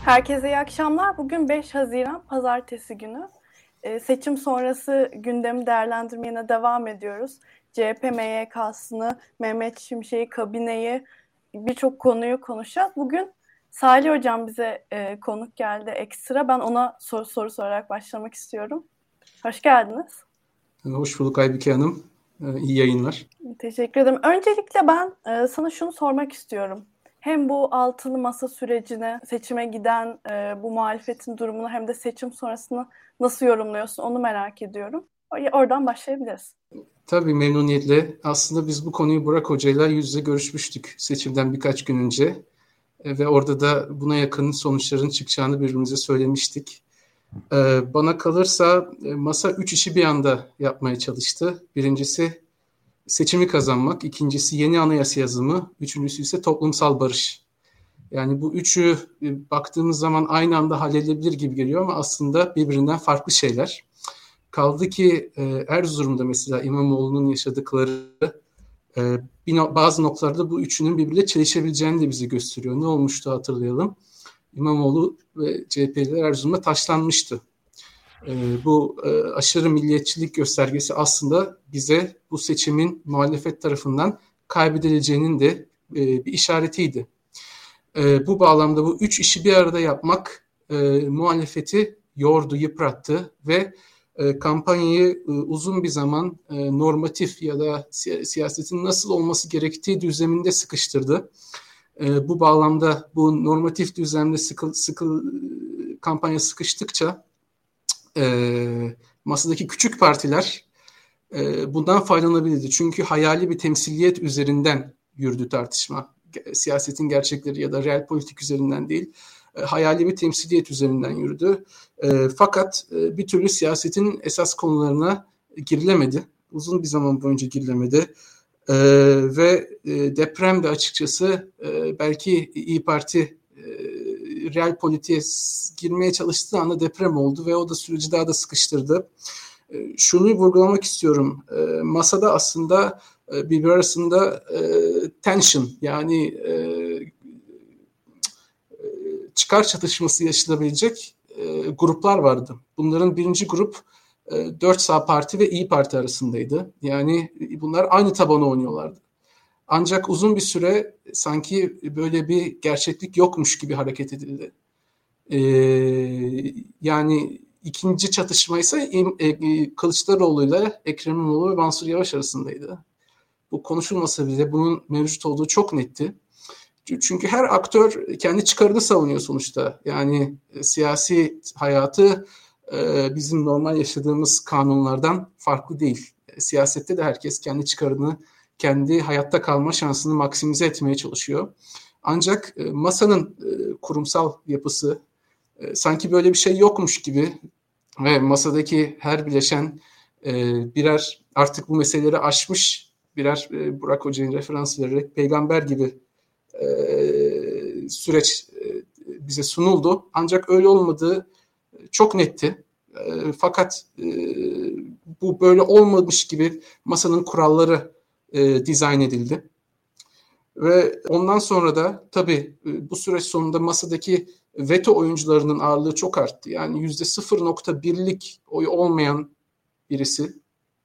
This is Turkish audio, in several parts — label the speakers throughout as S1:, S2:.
S1: Herkese iyi akşamlar. Bugün 5 Haziran Pazartesi günü. Seçim sonrası gündemi değerlendirmeye devam ediyoruz. CHP MYK'sını, Mehmet Şimşek'i, kabineyi, birçok konuyu konuşacağız. Bugün Salih Hocam bize konuk geldi ekstra. Ben ona soru sorarak başlamak istiyorum. Hoş geldiniz.
S2: Hoş bulduk Aybüke Hanım. İyi yayınlar.
S1: Teşekkür ederim. Öncelikle ben sana şunu sormak istiyorum. Hem bu altılı masa sürecini, seçime giden bu muhalefetin durumunu hem de seçim sonrasını nasıl yorumluyorsun onu merak ediyorum. Oradan başlayabiliriz.
S2: Tabii memnuniyetle. Aslında biz bu konuyu Burak Hoca'yla yüz yüze görüşmüştük seçimden birkaç gün önce. Ve orada da buna yakın sonuçların çıkacağını birbirimize söylemiştik. Bana kalırsa masa 3 işi bir anda yapmaya çalıştı. Birincisi seçimi kazanmak, ikincisi yeni anayasa yazımı, üçüncüsü ise toplumsal barış. Yani bu üçü baktığımız zaman aynı anda halledilebilir gibi geliyor ama aslında birbirinden farklı şeyler. Kaldı ki Erzurum'da mesela İmamoğlu'nun yaşadıkları bazı noktalarda bu üçünün birbiriyle çelişebileceğini de bize gösteriyor. Ne olmuştu hatırlayalım. İmamoğlu ve CHP'liler Erzurum'da taşlanmıştı. Bu aşırı milliyetçilik göstergesi aslında bize bu seçimin muhalefet tarafından kaybedileceğinin de bir işaretiydi. Bu bağlamda bu üç işi bir arada yapmak muhalefeti yordu, yıprattı ve kampanyayı uzun bir zaman normatif ya da siyasetin nasıl olması gerektiği düzleminde sıkıştırdı. Bu bağlamda bu normatif düzlemde kampanya sıkıştıkça masadaki küçük partiler bundan faydalanabildi. Çünkü hayali bir temsiliyet üzerinden yürüdü tartışma. Siyasetin gerçekleri ya da real politik üzerinden değil, hayali bir temsiliyet üzerinden yürüdü. Fakat bir türlü siyasetin esas konularına girilemedi. Uzun bir zaman boyunca girilemedi. Ve deprem de açıkçası belki İYİ Parti real politiğe girmeye çalıştığı anda deprem oldu ve o da süreci daha da sıkıştırdı. Şunu vurgulamak istiyorum. Masada aslında birbiri arasında tension yani çıkar çatışması yaşanabilecek gruplar vardı. Bunların birinci grup 4 sağ parti ve İYİ Parti arasındaydı. Yani bunlar aynı tabana oynuyorlardı. Ancak uzun bir süre sanki böyle bir gerçeklik yokmuş gibi hareket edildi. Yani ikinci çatışma ise Kılıçdaroğlu ile Ekrem İmamoğlu ve Mansur Yavaş arasındaydı. Bu konuşulmasa bile bunun mevcut olduğu çok netti. Çünkü her aktör kendi çıkarını savunuyor sonuçta. Yani siyasi hayatı bizim normal yaşadığımız kanunlardan farklı değil. Siyasette de herkes kendi çıkarını, kendi hayatta kalma şansını maksimize etmeye çalışıyor. Ancak masanın kurumsal yapısı sanki böyle bir şey yokmuş gibi ve masadaki her bileşen birer artık bu meseleleri aşmış birer Burak Hoca'nın referans vererek peygamber gibi süreç bize sunuldu. Ancak öyle olmadığı çok netti. Fakat bu böyle olmamış gibi masanın kuralları dizayn edildi. Ve ondan sonra da tabii bu süreç sonunda masadaki veto oyuncularının ağırlığı çok arttı. Yani %0.1'lik oy olmayan birisi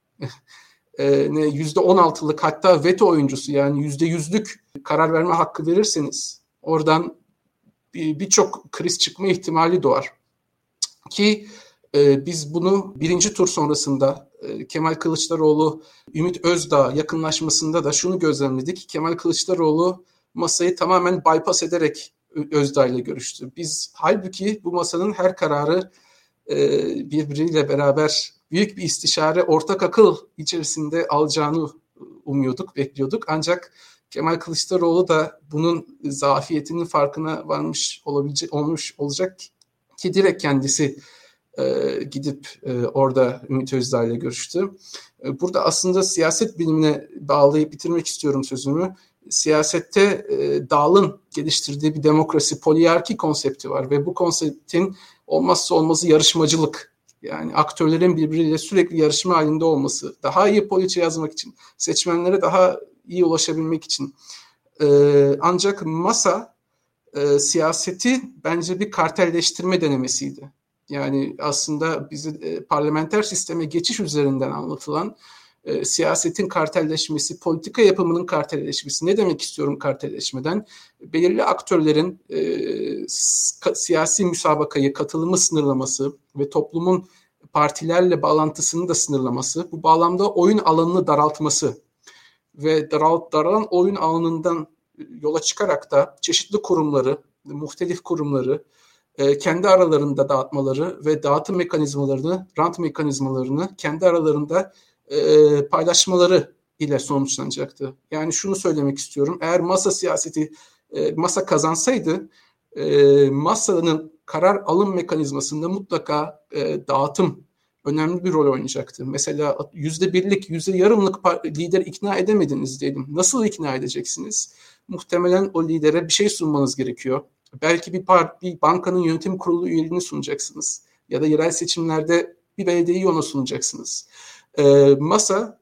S2: %16'lık hatta veto oyuncusu yani %100'lük karar verme hakkı verirseniz oradan birçok kriz çıkma ihtimali doğar. Ki biz bunu birinci tur sonrasında Kemal Kılıçdaroğlu, Ümit Özdağ yakınlaşmasında da şunu gözlemledik. Kemal Kılıçdaroğlu masayı tamamen bypass ederek Özdağ ile görüştü. Biz halbuki bu masanın her kararı birbiriyle beraber büyük bir istişare, ortak akıl içerisinde alacağını umuyorduk, bekliyorduk. Ancak Kemal Kılıçdaroğlu da bunun zafiyetinin farkına olmuş olacak ki direkt kendisi gidip orada Ümit Özdağ ile görüştü. Burada aslında siyaset bilimine bağlayıp bitirmek istiyorum sözümü. Siyasette Dağ'ın geliştirdiği bir demokrasi, poliyarki konsepti var ve bu konseptin olmazsa olmazı yarışmacılık. Yani aktörlerin birbiriyle sürekli yarışma halinde olması, daha iyi poliçe yazmak için, seçmenlere daha iyi ulaşabilmek için. Ancak masa siyaseti bence bir kartelleştirme denemesiydi. Yani aslında bizi parlamenter sisteme geçiş üzerinden anlatılan siyasetin kartelleşmesi, politika yapımının kartelleşmesi. Ne demek istiyorum kartelleşmeden? Belirli aktörlerin siyasi müsabakayı, katılımı sınırlaması ve toplumun partilerle bağlantısını da sınırlaması, bu bağlamda oyun alanını daraltması ve daralan oyun alanından yola çıkarak da çeşitli kurumları, muhtelif kurumları kendi aralarında dağıtmaları ve dağıtım mekanizmalarını, rant mekanizmalarını kendi aralarında paylaşmaları ile sonuçlanacaktı. Yani şunu söylemek istiyorum. Eğer masa siyaseti, masa kazansaydı masanın karar alım mekanizmasında mutlaka dağıtım önemli bir rol oynayacaktı. Mesela %1'lik, %0,5'lık lider ikna edemediniz diyelim. Nasıl ikna edeceksiniz? Muhtemelen o lidere bir şey sunmanız gerekiyor. Belki bir bankanın yönetim kurulu üyeliğini sunacaksınız. Ya da yerel seçimlerde bir belediyeyi ona sunacaksınız. Masa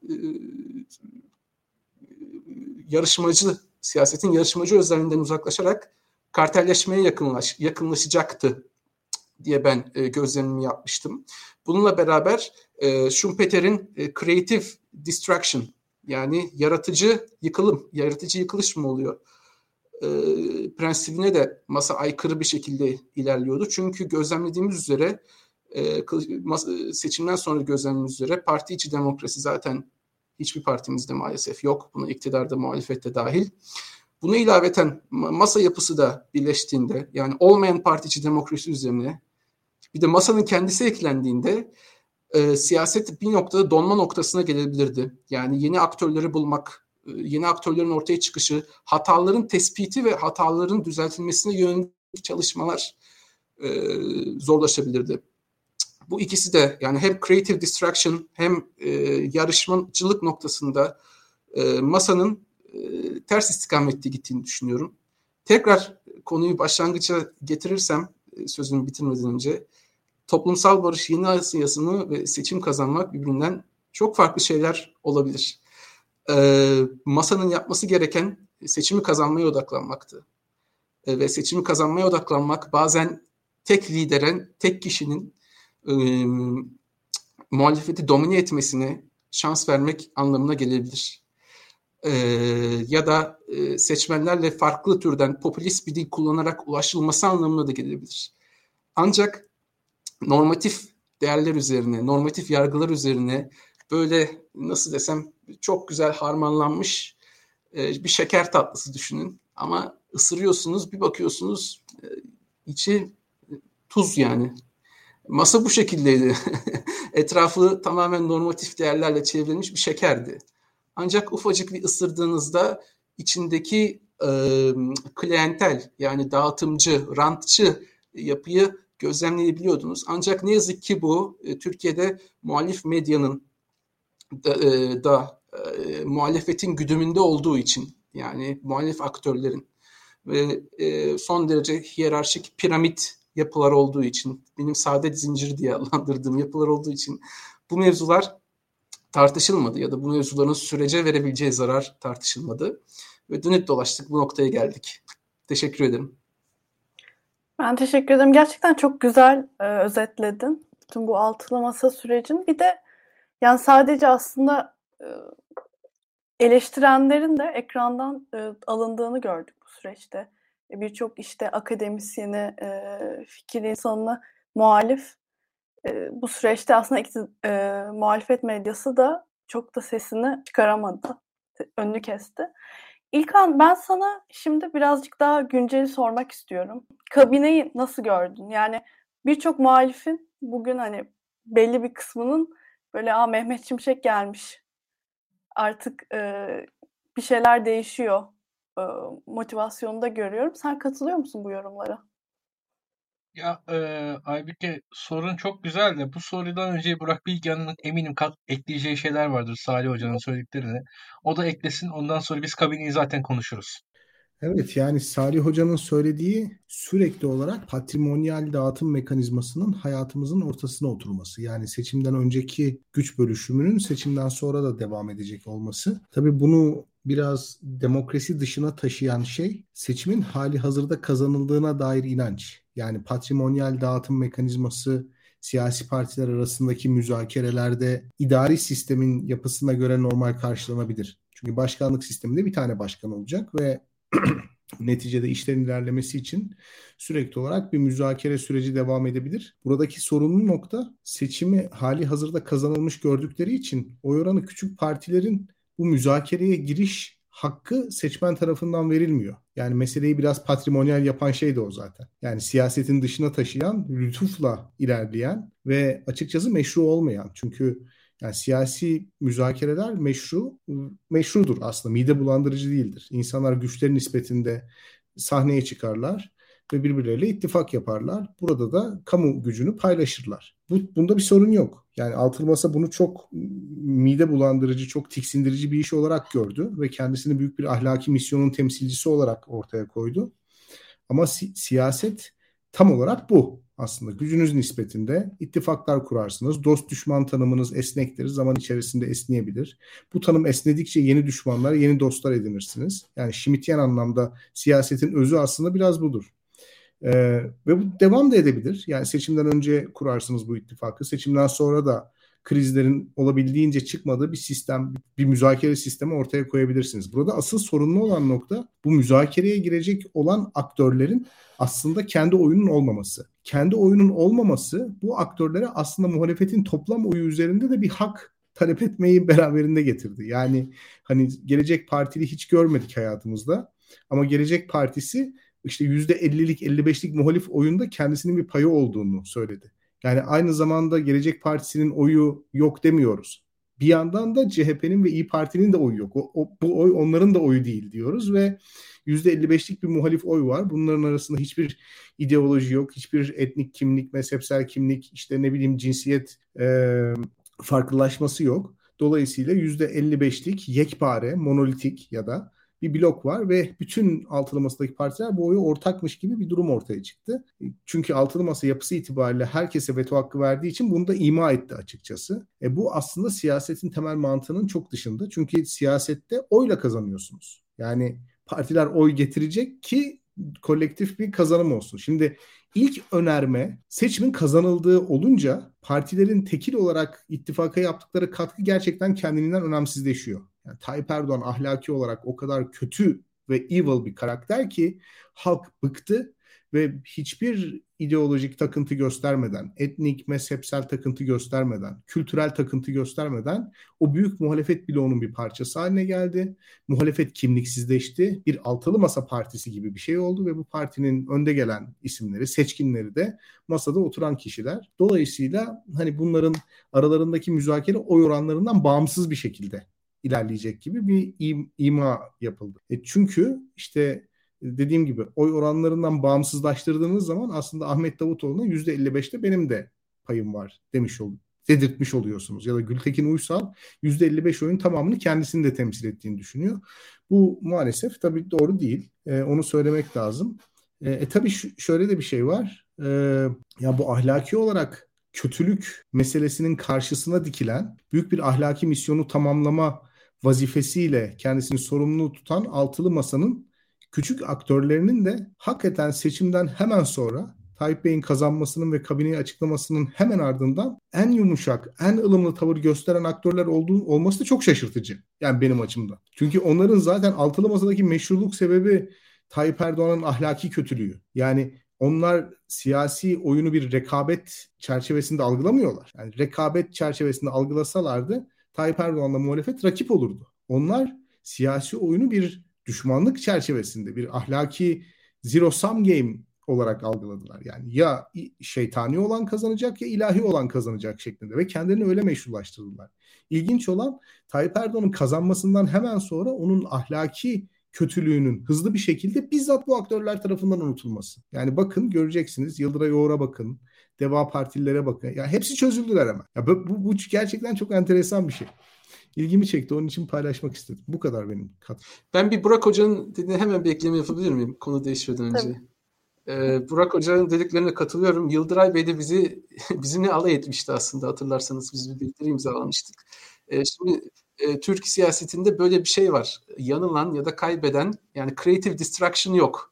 S2: siyasetin yarışmacı özelliğinden uzaklaşarak kartelleşmeye yakınlaşacaktı diye ben gözlemimi yapmıştım. Bununla beraber Schumpeter'in creative distraction, yani yaratıcı yıkılış mı oluyor? Prensibine de masa aykırı bir şekilde ilerliyordu. Çünkü gözlemlediğimiz üzere seçimden sonra gözlemlediğimiz üzere parti içi demokrasi zaten hiçbir partimizde maalesef yok. Buna iktidarda, muhalefette dahil. Buna ilaveten masa yapısı da birleştiğinde, yani olmayan parti içi demokrasi üzerine bir de masanın kendisi eklendiğinde siyaset bir noktada donma noktasına gelebilirdi. Yani yeni aktörleri bulmak, yeni aktörlerin ortaya çıkışı, hataların tespiti ve hataların düzeltilmesine yönelik çalışmalar zorlaşabilirdi. Bu ikisi de, yani hem creative distraction hem yarışmacılık noktasında masanın ters istikamette gittiğini düşünüyorum. Tekrar konuyu başlangıça getirirsem, sözümü bitirmeden önce, toplumsal barış yeni anayasasını ve seçim kazanmak birbirinden çok farklı şeyler olabilir. Masanın yapması gereken seçimi kazanmaya odaklanmaktı. Ve seçimi kazanmaya odaklanmak bazen tek liderin, tek kişinin muhalefeti domine etmesine şans vermek anlamına gelebilir. Ya da seçmenlerle farklı türden popülist bir dil kullanarak ulaşılması anlamına da gelebilir. Ancak normatif değerler üzerine, normatif yargılar üzerine böyle, nasıl desem, çok güzel harmanlanmış bir şeker tatlısı düşünün. Ama ısırıyorsunuz, bir bakıyorsunuz içi tuz yani. Masa bu şekildeydi. Etrafı tamamen normatif değerlerle çevrilmiş bir şekerdi. Ancak ufacık bir ısırdığınızda içindeki klientel, yani dağıtımcı, rantçı yapıyı gözlemleyebiliyordunuz. Ancak ne yazık ki bu Türkiye'de muhalif medyanın da muhalefetin güdümünde olduğu için, yani muhalif aktörlerin ve son derece hiyerarşik piramit yapılar olduğu için, benim saadet zinciri diye adlandırdığım yapılar olduğu için bu mevzular tartışılmadı ya da bu mevzuların sürece verebileceği zarar tartışılmadı. Ve dönüp dolaştık, bu noktaya geldik. Teşekkür ederim.
S1: Ben teşekkür ederim. Gerçekten çok güzel özetledin bütün bu altılı masa sürecini. Bir de yani sadece aslında eleştirenlerin de ekrandan alındığını gördük bu süreçte. Birçok işte akademisyeni, fikir insanına muhalif bu süreçte aslında muhalefet medyası da çok da sesini çıkaramadı, önünü kesti. İlkan, ben sana şimdi birazcık daha günceli sormak istiyorum. Kabineyi nasıl gördün? Yani birçok muhalifin bugün hani belli bir kısmının böyle Mehmet Şimşek gelmiş, artık bir şeyler değişiyor motivasyonunu da görüyorum. Sen katılıyor musun bu yorumlara?
S3: Ya Aybüke, sorun çok güzel de bu sorudan önce Burak Bilgehan'ın eminim ekleyeceği şeyler vardır Salih Hoca'nın söylediklerine. O da eklesin, ondan sonra biz kabineyi zaten konuşuruz.
S4: Evet, yani Salih Hoca'nın söylediği sürekli olarak patrimonyal dağıtım mekanizmasının hayatımızın ortasına oturması. Yani seçimden önceki güç bölüşümünün seçimden sonra da devam edecek olması. Tabii bunu biraz demokrasi dışına taşıyan şey seçimin hali hazırda kazanıldığına dair inanç. Yani patrimonyal dağıtım mekanizması siyasi partiler arasındaki müzakerelerde idari sistemin yapısına göre normal karşılanabilir. Çünkü başkanlık sisteminde bir tane başkan olacak ve neticede işlerin ilerlemesi için sürekli olarak bir müzakere süreci devam edebilir. Buradaki sorunlu nokta seçimi hali hazırda kazanılmış gördükleri için oy oranı küçük partilerin bu müzakereye giriş hakkı seçmen tarafından verilmiyor. Yani meseleyi biraz patrimonyal yapan şey de o zaten. Yani siyasetin dışına taşıyan, lütufla ilerleyen ve açıkçası meşru olmayan. Çünkü yani siyasi müzakereler meşrudur aslında. Mide bulandırıcı değildir. İnsanlar güçleri nispetinde sahneye çıkarlar ve birbirleriyle ittifak yaparlar. Burada da kamu gücünü paylaşırlar. Bunda bir sorun yok. Yani altılı masa bunu çok mide bulandırıcı, çok tiksindirici bir iş olarak gördü ve kendisini büyük bir ahlaki misyonun temsilcisi olarak ortaya koydu. Ama siyaset tam olarak bu aslında. Gücünüz nispetinde ittifaklar kurarsınız. Dost düşman tanımınız esnektir. Zaman içerisinde esneyebilir. Bu tanım esnedikçe yeni düşmanlar, yeni dostlar edinirsiniz. Yani Schmittian anlamda siyasetin özü aslında biraz budur. Ve bu devam da edebilir. Yani seçimden önce kurarsınız bu ittifakı. Seçimden sonra da krizlerin olabildiğince çıkmadığı bir sistem, bir müzakere sistemi ortaya koyabilirsiniz. Burada asıl sorunlu olan nokta bu müzakereye girecek olan aktörlerin aslında kendi oyunun olmaması. Kendi oyunun olmaması bu aktörlere aslında muhalefetin toplam oyu üzerinde de bir hak talep etmeyi beraberinde getirdi. Yani hani Gelecek Partili hiç görmedik hayatımızda ama Gelecek Partisi işte %50'lik 55'lik muhalif oyunda kendisinin bir payı olduğunu söyledi. Yani aynı zamanda Gelecek Partisi'nin oyu yok demiyoruz. Bir yandan da CHP'nin ve İYİ Parti'nin de oyu yok. Bu oy onların da oyu değil diyoruz ve %55'lik bir muhalif oy var. Bunların arasında hiçbir ideoloji yok, hiçbir etnik kimlik, mezhepsel kimlik, işte ne bileyim cinsiyet farklılaşması yok. Dolayısıyla %55'lik yekpare, monolitik ya da bir blok var ve bütün altılı masadaki partiler bu oyu ortakmış gibi bir durum ortaya çıktı. Çünkü altılı masa yapısı itibariyle herkese veto hakkı verdiği için bunu da ima etti açıkçası. Bu aslında siyasetin temel mantığının çok dışında. Çünkü siyasette oyla kazanıyorsunuz. Yani partiler oy getirecek ki kolektif bir kazanım olsun. Şimdi ilk önerme seçimin kazanıldığı olunca partilerin tekil olarak ittifaka yaptıkları katkı gerçekten kendiliğinden önemsizleşiyor. Yani Tayyip Erdoğan ahlaki olarak o kadar kötü ve evil bir karakter ki halk bıktı ve hiçbir ideolojik takıntı göstermeden, etnik, mezhepsel takıntı göstermeden, kültürel takıntı göstermeden o büyük muhalefet bloğunun bir parçası haline geldi. Muhalefet kimliksizleşti. Bir altılı masa partisi gibi bir şey oldu ve bu partinin önde gelen isimleri, seçkinleri de masada oturan kişiler. Dolayısıyla hani bunların aralarındaki müzakere oy oranlarından bağımsız bir şekilde ilerleyecek gibi bir ima yapıldı. Çünkü işte dediğim gibi oy oranlarından bağımsızlaştırdığınız zaman aslında Ahmet Davutoğlu'na %55'te benim de payım var dedirtmiş oluyorsunuz. Ya da Gültekin Uysal %55 oyun tamamını kendisini de temsil ettiğini düşünüyor. Bu maalesef tabii doğru değil. Onu söylemek lazım. Tabii şöyle de bir şey var. Ya bu ahlaki olarak kötülük meselesinin karşısına dikilen büyük bir ahlaki misyonu tamamlama vazifesiyle kendisini sorumlu tutan altılı masanın küçük aktörlerinin de hakikaten seçimden hemen sonra Tayyip Bey'in kazanmasının ve kabineyi açıklamasının hemen ardından en yumuşak, en ılımlı tavır gösteren aktörler olması da çok şaşırtıcı. Yani benim açımdan. Çünkü onların zaten altılı masadaki meşruluk sebebi Tayyip Erdoğan'ın ahlaki kötülüğü. Yani onlar siyasi oyunu bir rekabet çerçevesinde algılamıyorlar. Yani rekabet çerçevesinde algılasalardı Tayyip Erdoğan'la muhalefet rakip olurdu. Onlar siyasi oyunu bir düşmanlık çerçevesinde, bir ahlaki zero sum game olarak algıladılar. Yani ya şeytani olan kazanacak ya ilahi olan kazanacak şeklinde ve kendilerini öyle meşrulaştırdılar. İlginç olan Tayyip Erdoğan'ın kazanmasından hemen sonra onun ahlaki kötülüğünün hızlı bir şekilde bizzat bu aktörler tarafından unutulması. Yani bakın göreceksiniz, Yıldıray Oğur'a bakın, Deva Partililere bakın. Ya hepsi çözüldüler hemen. Ya bu gerçekten çok enteresan bir şey. İlgimi çekti. Onun için paylaşmak istedim. Bu kadar benim katkım.
S2: Ben bir Burak Hoca'nın dediğine hemen bir ekleme yapabilir miyim? Konu değişmeden önce. Burak Hoca'nın dediklerine katılıyorum. Yıldıray Bey de bizimle alay etmişti aslında. Hatırlarsanız biz bir bildiri imzalamıştık. Şimdi Türk siyasetinde böyle bir şey var. Yanılan ya da kaybeden, yani creative destruction yok.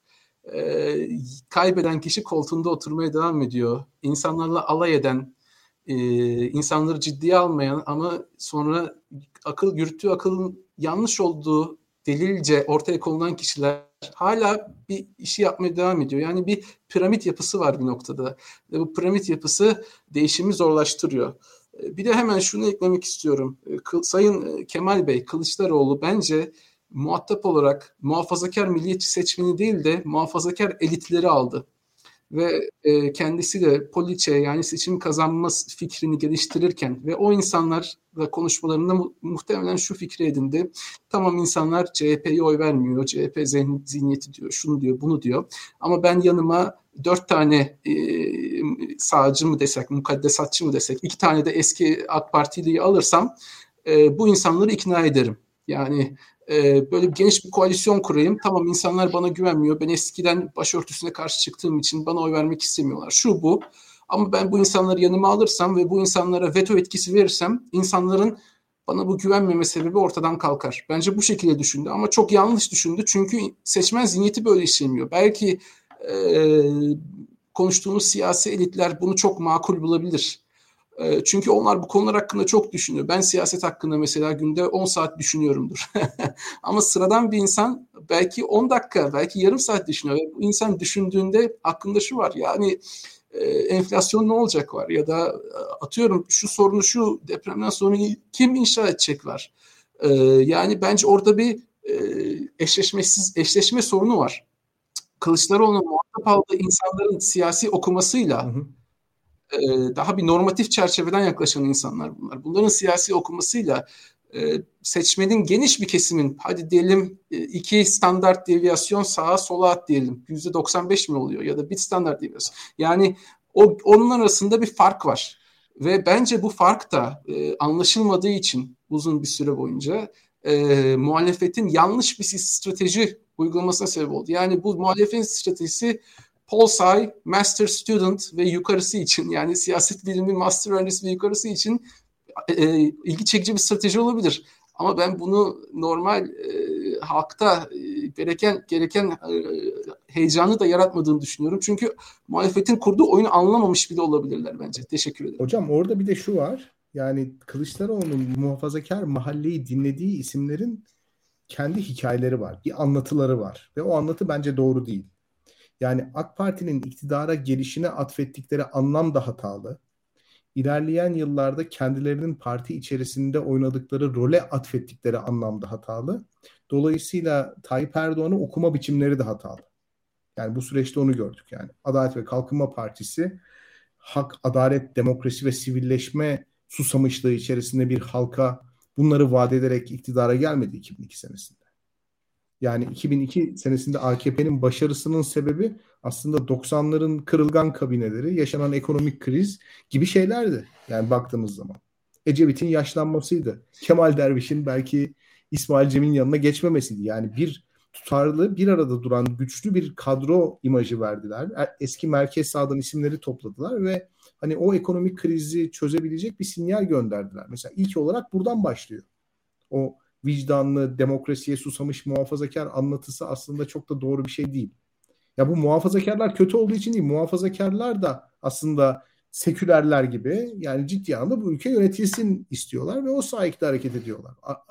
S2: Kaybeden kişi koltuğunda oturmaya devam ediyor. İnsanlarla alay eden, insanları ciddiye almayan ama sonra yürüttüğü akılın yanlış olduğu delilce ortaya konulan kişiler hala bir işi yapmaya devam ediyor. Yani bir piramit yapısı var bir noktada. Ve bu piramit yapısı değişimi zorlaştırıyor. Bir de hemen şunu eklemek istiyorum. Sayın Kemal Bey, Kılıçdaroğlu bence muhatap olarak muhafazakar milliyetçi seçmeni değil de muhafazakar elitleri aldı. Ve kendisi de poliçe, yani seçim kazanma fikrini geliştirirken ve o insanlarla konuşmalarında muhtemelen şu fikri edindi. Tamam, insanlar CHP'ye oy vermiyor, CHP zihniyeti diyor, şunu diyor, bunu diyor. Ama ben yanıma 4 tane sağcı mı desek, mukaddesatçı mı desek, 2 tane de eski AK Partili'yi alırsam bu insanları ikna ederim. Yani böyle geniş bir koalisyon kurayım. Tamam, insanlar bana güvenmiyor. Ben eskiden başörtüsüne karşı çıktığım için bana oy vermek istemiyorlar. Şu bu. Ama ben bu insanları yanıma alırsam ve bu insanlara veto etkisi verirsem insanların bana bu güvenmeme sebebi ortadan kalkar. Bence bu şekilde düşündü ama çok yanlış düşündü. Çünkü seçmen zihniyeti böyle işlemiyor. Belki konuştuğumuz siyasi elitler bunu çok makul bulabilir. Çünkü onlar bu konular hakkında çok düşünüyor. Ben siyaset hakkında mesela günde 10 saat düşünüyorumdur. Ama sıradan bir insan belki 10 dakika, belki yarım saat düşünüyor. Bu insan düşündüğünde aklında şu var. Yani enflasyon ne olacak var? Ya da atıyorum şu sorunu, şu depremden sonra kim inşa edecek var? Yani bence orada bir eşleşme sorunu var. Kılıçdaroğlu'nun muhatap aldığı insanların siyasi okumasıyla daha bir normatif çerçeveden yaklaşan insanlar bunlar. Bunların siyasi okumasıyla seçmenin geniş bir kesimin, hadi diyelim 2 standart deviyasyon sağa sola at diyelim. %95 mi oluyor ya da bir standart deviyasyon. Yani onun arasında bir fark var. Ve bence bu fark da anlaşılmadığı için uzun bir süre boyunca muhalefetin yanlış bir strateji uygulamasına sebep oldu. Yani bu muhalefetin stratejisi Pol-Sci, Master Student ve yukarısı için, yani siyaset bilimi master öğrencisi ve yukarısı için ilgi çekici bir strateji olabilir. Ama ben bunu normal halkta gereken heyecanı da yaratmadığını düşünüyorum. Çünkü muhalefetin kurduğu oyunu anlamamış bile olabilirler bence. Teşekkür ederim.
S4: Hocam orada bir de şu var. Yani Kılıçdaroğlu'nun muhafazakar mahalleyi dinlediği isimlerin kendi hikayeleri var. Bir anlatıları var. Ve o anlatı bence doğru değil. Yani AK Parti'nin iktidara gelişine atfettikleri anlam da hatalı. İlerleyen yıllarda kendilerinin parti içerisinde oynadıkları role atfettikleri anlam da hatalı. Dolayısıyla Tayyip Erdoğan'ın okuma biçimleri de hatalı. Yani bu süreçte onu gördük yani. Adalet ve Kalkınma Partisi hak, adalet, demokrasi ve sivilleşme susamışlığı içerisinde bir halka bunları vaat ederek iktidara gelmedi 2002 senesinde. Yani 2002 senesinde AKP'nin başarısının sebebi aslında 90'ların kırılgan kabineleri, yaşanan ekonomik kriz gibi şeylerdi. Yani baktığımız zaman. Ecevit'in yaşlanmasıydı. Kemal Derviş'in belki İsmail Cem'in yanına geçmemesiydi. Yani bir tutarlı, bir arada duran güçlü bir kadro imajı verdiler. Eski merkez sağdan isimleri topladılar ve hani o ekonomik krizi çözebilecek bir sinyal gönderdiler. Mesela ilk olarak buradan başlıyor. O vicdanlı, demokrasiye susamış muhafazakar anlatısı aslında çok da doğru bir şey değil. Ya bu muhafazakarlar kötü olduğu için değil, muhafazakarlar da aslında sekülerler gibi yani ciddi anlamda bu ülke yönetilsin istiyorlar ve o sayede hareket ediyorlar.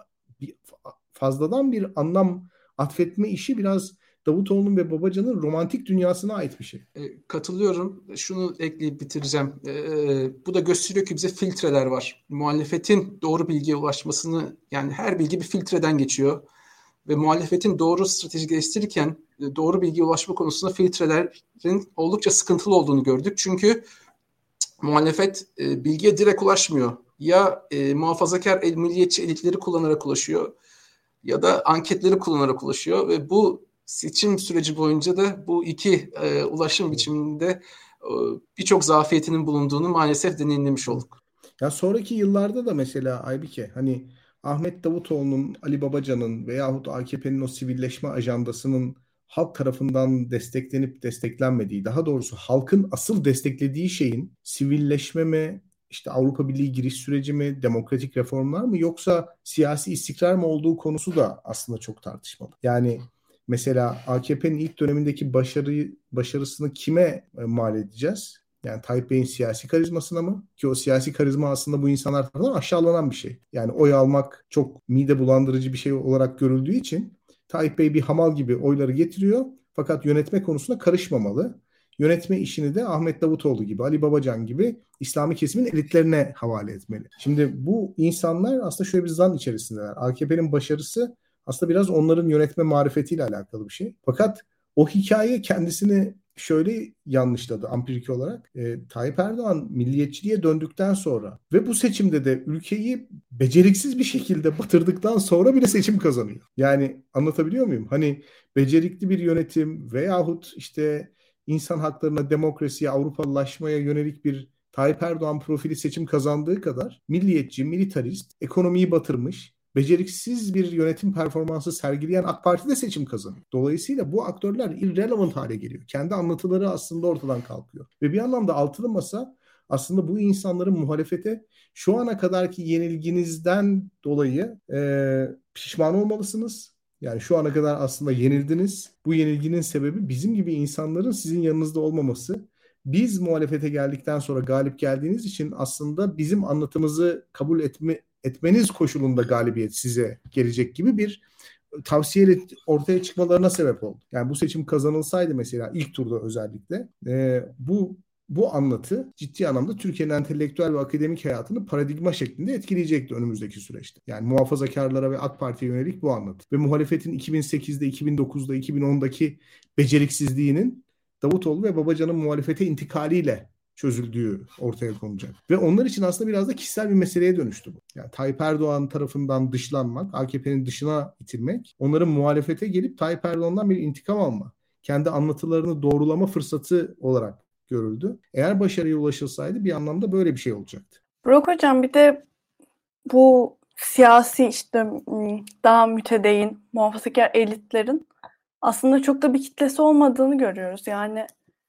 S4: Fazladan bir anlam atfetme işi biraz Davutoğlu'nun ve Babacan'ın romantik dünyasına ait bir şey.
S2: Katılıyorum. Şunu ekleyip bitireceğim. Bu da gösteriyor ki bize filtreler var. Muhalefetin doğru bilgiye ulaşmasını, yani her bilgi bir filtreden geçiyor. Ve muhalefetin doğru strateji geliştirirken doğru bilgiye ulaşma konusunda filtrelerin oldukça sıkıntılı olduğunu gördük. Çünkü muhalefet bilgiye direkt ulaşmıyor. Ya muhafazakar milliyetçi elitleri kullanarak ulaşıyor ya da anketleri kullanarak ulaşıyor ve bu seçim süreci boyunca da bu iki ulaşım biçiminde birçok zafiyetinin bulunduğunu maalesef deneyimlemiş olduk.
S4: Ya sonraki yıllarda da mesela Aybike hani Ahmet Davutoğlu'nun, Ali Babacan'ın veyahut AKP'nin o sivilleşme ajandasının halk tarafından desteklenip desteklenmediği, daha doğrusu halkın asıl desteklediği şeyin sivilleşme mi, işte Avrupa Birliği giriş süreci mi, demokratik reformlar mı, yoksa siyasi istikrar mı olduğu konusu da aslında çok tartışmalı. Yani mesela AKP'nin ilk dönemindeki başarısını kime mal edeceğiz? Yani Tayyip Bey'in siyasi karizmasına mı? Ki o siyasi karizma aslında bu insanlar tarafından aşağılanan bir şey. Yani oy almak çok mide bulandırıcı bir şey olarak görüldüğü için Tayyip Bey bir hamal gibi oyları getiriyor. Fakat yönetme konusunda karışmamalı. Yönetme işini de Ahmet Davutoğlu gibi, Ali Babacan gibi İslami kesimin elitlerine havale etmeli. Şimdi bu insanlar aslında şöyle bir zan içerisindeler. AKP'nin başarısı aslında biraz onların yönetme marifetiyle alakalı bir şey. Fakat o hikaye kendisini şöyle yanlışladı ampirik olarak. Tayyip Erdoğan milliyetçiliğe döndükten sonra ve bu seçimde de ülkeyi beceriksiz bir şekilde batırdıktan sonra bile seçim kazanıyor. Yani anlatabiliyor muyum? Hani becerikli bir yönetim veyahut işte insan haklarına, demokrasiye, Avrupalılaşmaya yönelik bir Tayyip Erdoğan profili seçim kazandığı kadar milliyetçi, militarist, ekonomiyi batırmış, beceriksiz bir yönetim performansı sergileyen AK Parti de seçim kazanıyor. Dolayısıyla bu aktörler irrelevant hale geliyor. Kendi anlatıları aslında ortadan kalkıyor. Ve bir anlamda altılı masa aslında bu insanların muhalefete şu ana kadarki yenilginizden dolayı pişman olmalısınız. Yani şu ana kadar aslında yenildiniz. Bu yenilginin sebebi bizim gibi insanların sizin yanınızda olmaması. Biz muhalefete geldikten sonra galip geldiğiniz için aslında bizim anlatımızı kabul etmeniz koşulunda galibiyet size gelecek gibi bir tavsiyeyle ortaya çıkmalarına sebep oldu. Yani bu seçim kazanılsaydı mesela ilk turda özellikle bu anlatı ciddi anlamda Türkiye'nin entelektüel ve akademik hayatını paradigma şeklinde etkileyecekti önümüzdeki süreçte. Yani muhafazakarlara ve AK Parti'ye yönelik bu anlatı. Ve muhalefetin 2008'de, 2009'da, 2010'daki beceriksizliğinin Davutoğlu ve Babacan'ın muhalefete intikaliyle çözüldüğü ortaya konacak. Ve onlar için aslında biraz da kişisel bir meseleye dönüştü bu. Yani Tayyip Erdoğan tarafından dışlanmak, AKP'nin dışına itilmek, onların muhalefete gelip Tayyip Erdoğan'dan bir intikam alma, kendi anlatılarını doğrulama fırsatı olarak görüldü. Eğer başarıya ulaşılsaydı bir anlamda böyle bir şey olacaktı.
S1: Burak Hocam, bir de bu siyasi işte daha mütedeyyin, muhafazakar elitlerin aslında çok da bir kitlesi olmadığını görüyoruz. Yani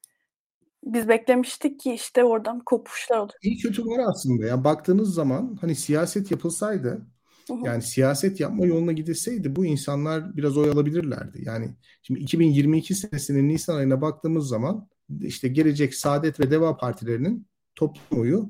S1: biz beklemiştik ki işte oradan kopuşlar olur.
S4: İyi kötü var aslında. Yani baktığınız zaman hani siyaset yapılsaydı, yani siyaset yapma yoluna gidilseydi bu insanlar biraz oy alabilirlerdi. Yani şimdi 2022 senesinin Nisan ayına baktığımız zaman işte Gelecek, Saadet ve Deva partilerinin toplam oyu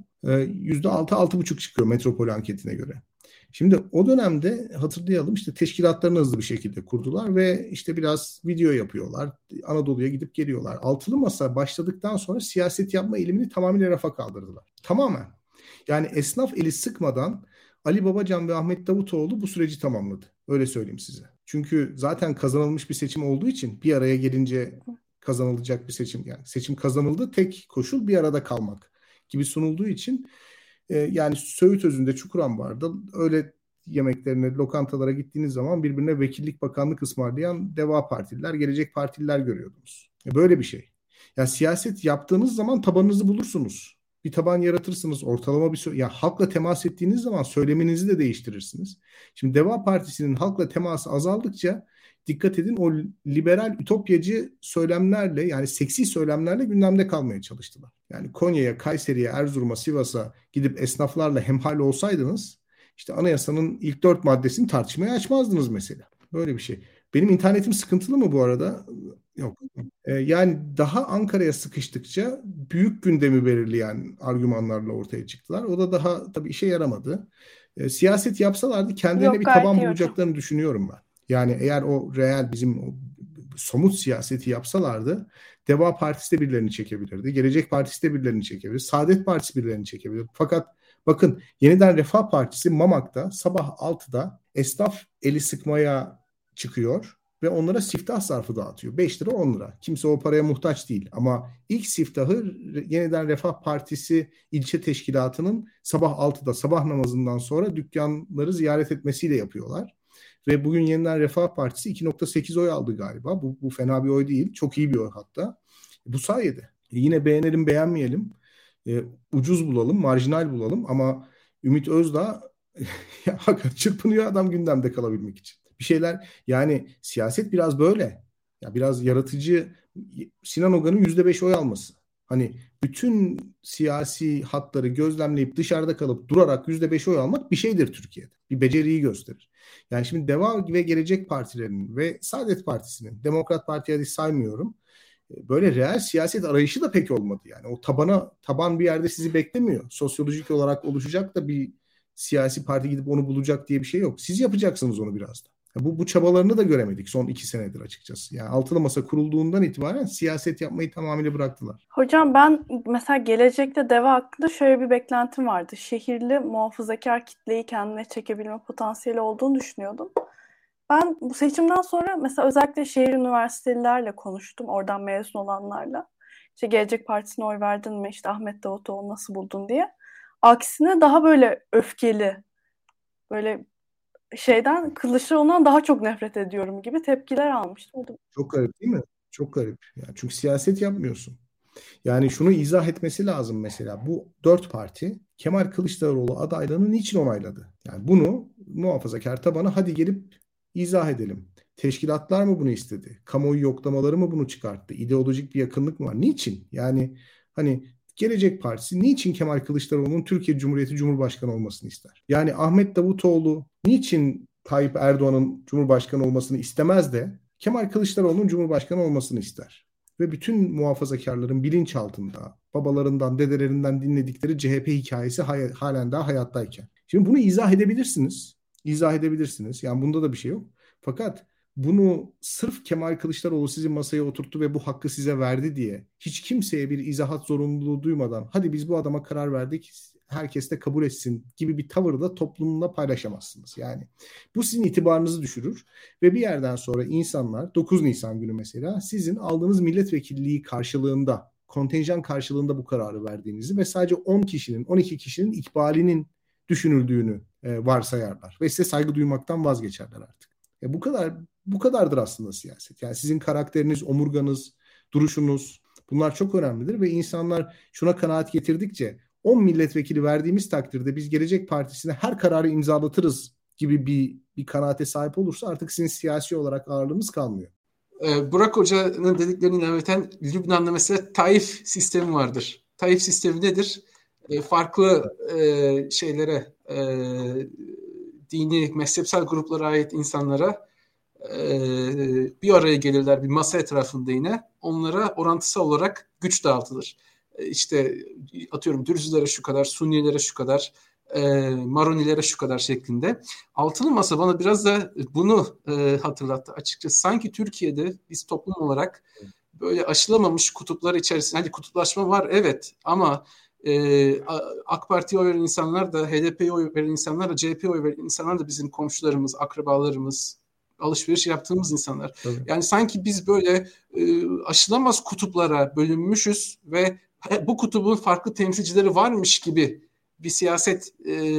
S4: %6-6,5 çıkıyor metropol anketine göre. Şimdi o dönemde hatırlayalım işte teşkilatlarını hızlı bir şekilde kurdular ve işte biraz video yapıyorlar. Anadolu'ya gidip geliyorlar. Altılı Masa başladıktan sonra siyaset yapma eğilimini tamamıyla rafa kaldırdılar. Tamamen. Yani esnaf eli sıkmadan Ali Babacan ve Ahmet Davutoğlu bu süreci tamamladı. Öyle söyleyeyim size. Çünkü zaten kazanılmış bir seçim olduğu için bir araya gelince kazanılacak bir seçim. Yani seçim kazanıldı, tek koşul bir arada kalmak gibi sunulduğu için yani Söğüt Özü'nde Çukurambar'da öyle yemeklerine, lokantalara gittiğiniz zaman birbirine vekillik, bakanlık ısmarlayan Deva Partililer, Gelecek Partililer görüyordunuz. Böyle bir şey. Yani siyaset yaptığınız zaman tabanınızı bulursunuz. Bir taban yaratırsınız, ortalama bir ya halkla temas ettiğiniz zaman söyleminizi de değiştirirsiniz. Şimdi Deva Partisi'nin halkla teması azaldıkça dikkat edin o liberal ütopyacı söylemlerle yani seksi söylemlerle gündemde kalmaya çalıştılar. Yani Konya'ya, Kayseri'ye, Erzurum'a, Sivas'a gidip esnaflarla hemhal olsaydınız işte anayasanın ilk 4 maddesini tartışmaya açmazdınız mesela. Böyle bir şey. Benim internetim sıkıntılı mı bu arada? Yok. Yani daha Ankara'ya sıkıştıkça büyük gündemi belirleyen argümanlarla ortaya çıktılar. O da daha tabii işe yaramadı. Siyaset yapsalardı kendilerine bir taban bulacaklarını düşünüyorum ben. Yani eğer o reel bizim o somut siyaseti yapsalardı Deva Partisi de birilerini çekebilirdi. Gelecek Partisi de birilerini çekebilir. Saadet Partisi birilerini çekebilir. Fakat bakın Yeniden Refah Partisi Mamak'ta sabah 6'da esnaf eli sıkmaya çıkıyor ve onlara siftah zarfı dağıtıyor. 5 lira 10 lira. Kimse o paraya muhtaç değil. Ama ilk siftahı Yeniden Refah Partisi ilçe teşkilatının sabah 6'da sabah namazından sonra dükkanları ziyaret etmesiyle yapıyorlar. Ve bugün Yeniden Refah Partisi 2,8 oy aldı galiba. Bu fena bir oy değil. Çok iyi bir oy hatta. Bu sayede. Yine beğenelim beğenmeyelim. Ucuz bulalım, marjinal bulalım ama Ümit Özdağ çırpınıyor adam gündemde kalabilmek için. Bir şeyler yani siyaset biraz böyle. Ya biraz yaratıcı. Sinan Ogan'ın %5 oy alması. Hani bütün siyasi hatları gözlemleyip dışarıda kalıp durarak %5 oy almak bir şeydir Türkiye'de. Bir beceriyi gösterir. Yani şimdi Deva ve Gelecek Partilerinin ve Saadet Partisi'nin, Demokrat Parti'yi hadi saymıyorum, böyle reel siyaset arayışı da pek olmadı yani. O taban bir yerde sizi beklemiyor. Sosyolojik olarak oluşacak da bir siyasi parti gidip onu bulacak diye bir şey yok. Siz yapacaksınız onu biraz da. Bu çabalarını da göremedik son 2 senedir açıkçası. Yani altılı masa kurulduğundan itibaren siyaset yapmayı tamamıyla bıraktılar.
S1: Hocam ben mesela gelecekte Deva hakkında şöyle bir beklentim vardı. Şehirli muhafazakar kitleyi kendine çekebilme potansiyeli olduğunu düşünüyordum. Ben bu seçimden sonra mesela özellikle şehir üniversitelilerle konuştum. Oradan mezun olanlarla. İşte Gelecek Partisi'ne oy verdin mi? İşte Ahmet Davutoğlu nasıl buldun diye. Aksine daha böyle öfkeli, böyle Kılıçdaroğlu'ndan daha çok nefret ediyorum gibi tepkiler almıştım.
S4: Çok garip değil mi? Çok garip. Yani çünkü siyaset yapmıyorsun. Yani şunu izah etmesi lazım mesela. Bu 4 parti Kemal Kılıçdaroğlu adaylığını niçin onayladı? Yani bunu muhafazakar tabana hadi gelip izah edelim. Teşkilatlar mı bunu istedi? Kamuoyu yoklamaları mı bunu çıkarttı? İdeolojik bir yakınlık mı var? Niçin? Yani hani Gelecek Partisi niçin Kemal Kılıçdaroğlu'nun Türkiye Cumhuriyeti Cumhurbaşkanı olmasını ister? Yani Ahmet Davutoğlu niçin Tayyip Erdoğan'ın Cumhurbaşkanı olmasını istemez de Kemal Kılıçdaroğlu'nun Cumhurbaşkanı olmasını ister? Ve bütün muhafazakarların bilinçaltında, babalarından, dedelerinden dinledikleri CHP hikayesi halen daha hayattayken. Şimdi bunu izah edebilirsiniz. İzah edebilirsiniz. Yani bunda da bir şey yok. Fakat bunu sırf Kemal Kılıçdaroğlu sizi masaya oturttu ve bu hakkı size verdi diye hiç kimseye bir izahat zorunluluğu duymadan hadi biz bu adama karar verdik, herkes de kabul etsin gibi bir tavırda toplumla paylaşamazsınız. Yani bu sizin itibarınızı düşürür. Ve bir yerden sonra insanlar 9 Nisan günü mesela sizin aldığınız milletvekilliği karşılığında, kontenjan karşılığında bu kararı verdiğinizi ve sadece 10 kişinin, 12 kişinin ikbalinin düşünüldüğünü varsayarlar. Ve size saygı duymaktan vazgeçerler artık. Bu kadardır aslında siyaset. Yani sizin karakteriniz, omurganız, duruşunuz bunlar çok önemlidir ve insanlar şuna kanaat getirdikçe 10 milletvekili verdiğimiz takdirde biz Gelecek Partisi'ne her kararı imzalatırız gibi bir kanaate sahip olursa artık sizin siyasi olarak ağırlığınız kalmıyor.
S2: Burak Hoca'nın dediklerini ilaveten Lübnan'da mesela Taif sistemi vardır. Taif sistemi nedir? Farklı şeylere, dini, mezhepsel gruplara ait insanlara bir araya gelirler bir masa etrafında yine. Onlara orantısal olarak güç dağıtılır. İşte atıyorum Dürzülere şu kadar, Sunnilere şu kadar, Maronilere şu kadar şeklinde. Altılı Masa bana biraz da bunu hatırlattı açıkçası. Sanki Türkiye'de biz toplum olarak böyle aşılamamış kutuplar içerisinde, hani kutuplaşma var evet ama AK Parti'ye oy veren insanlar da, HDP'ye oy veren insanlar da, CHP'ye oy veren insanlar da bizim komşularımız, akrabalarımız, alışveriş yaptığımız insanlar. Tabii. Yani sanki biz böyle aşılamaz kutuplara bölünmüşüz ve bu kutubun farklı temsilcileri varmış gibi bir siyaset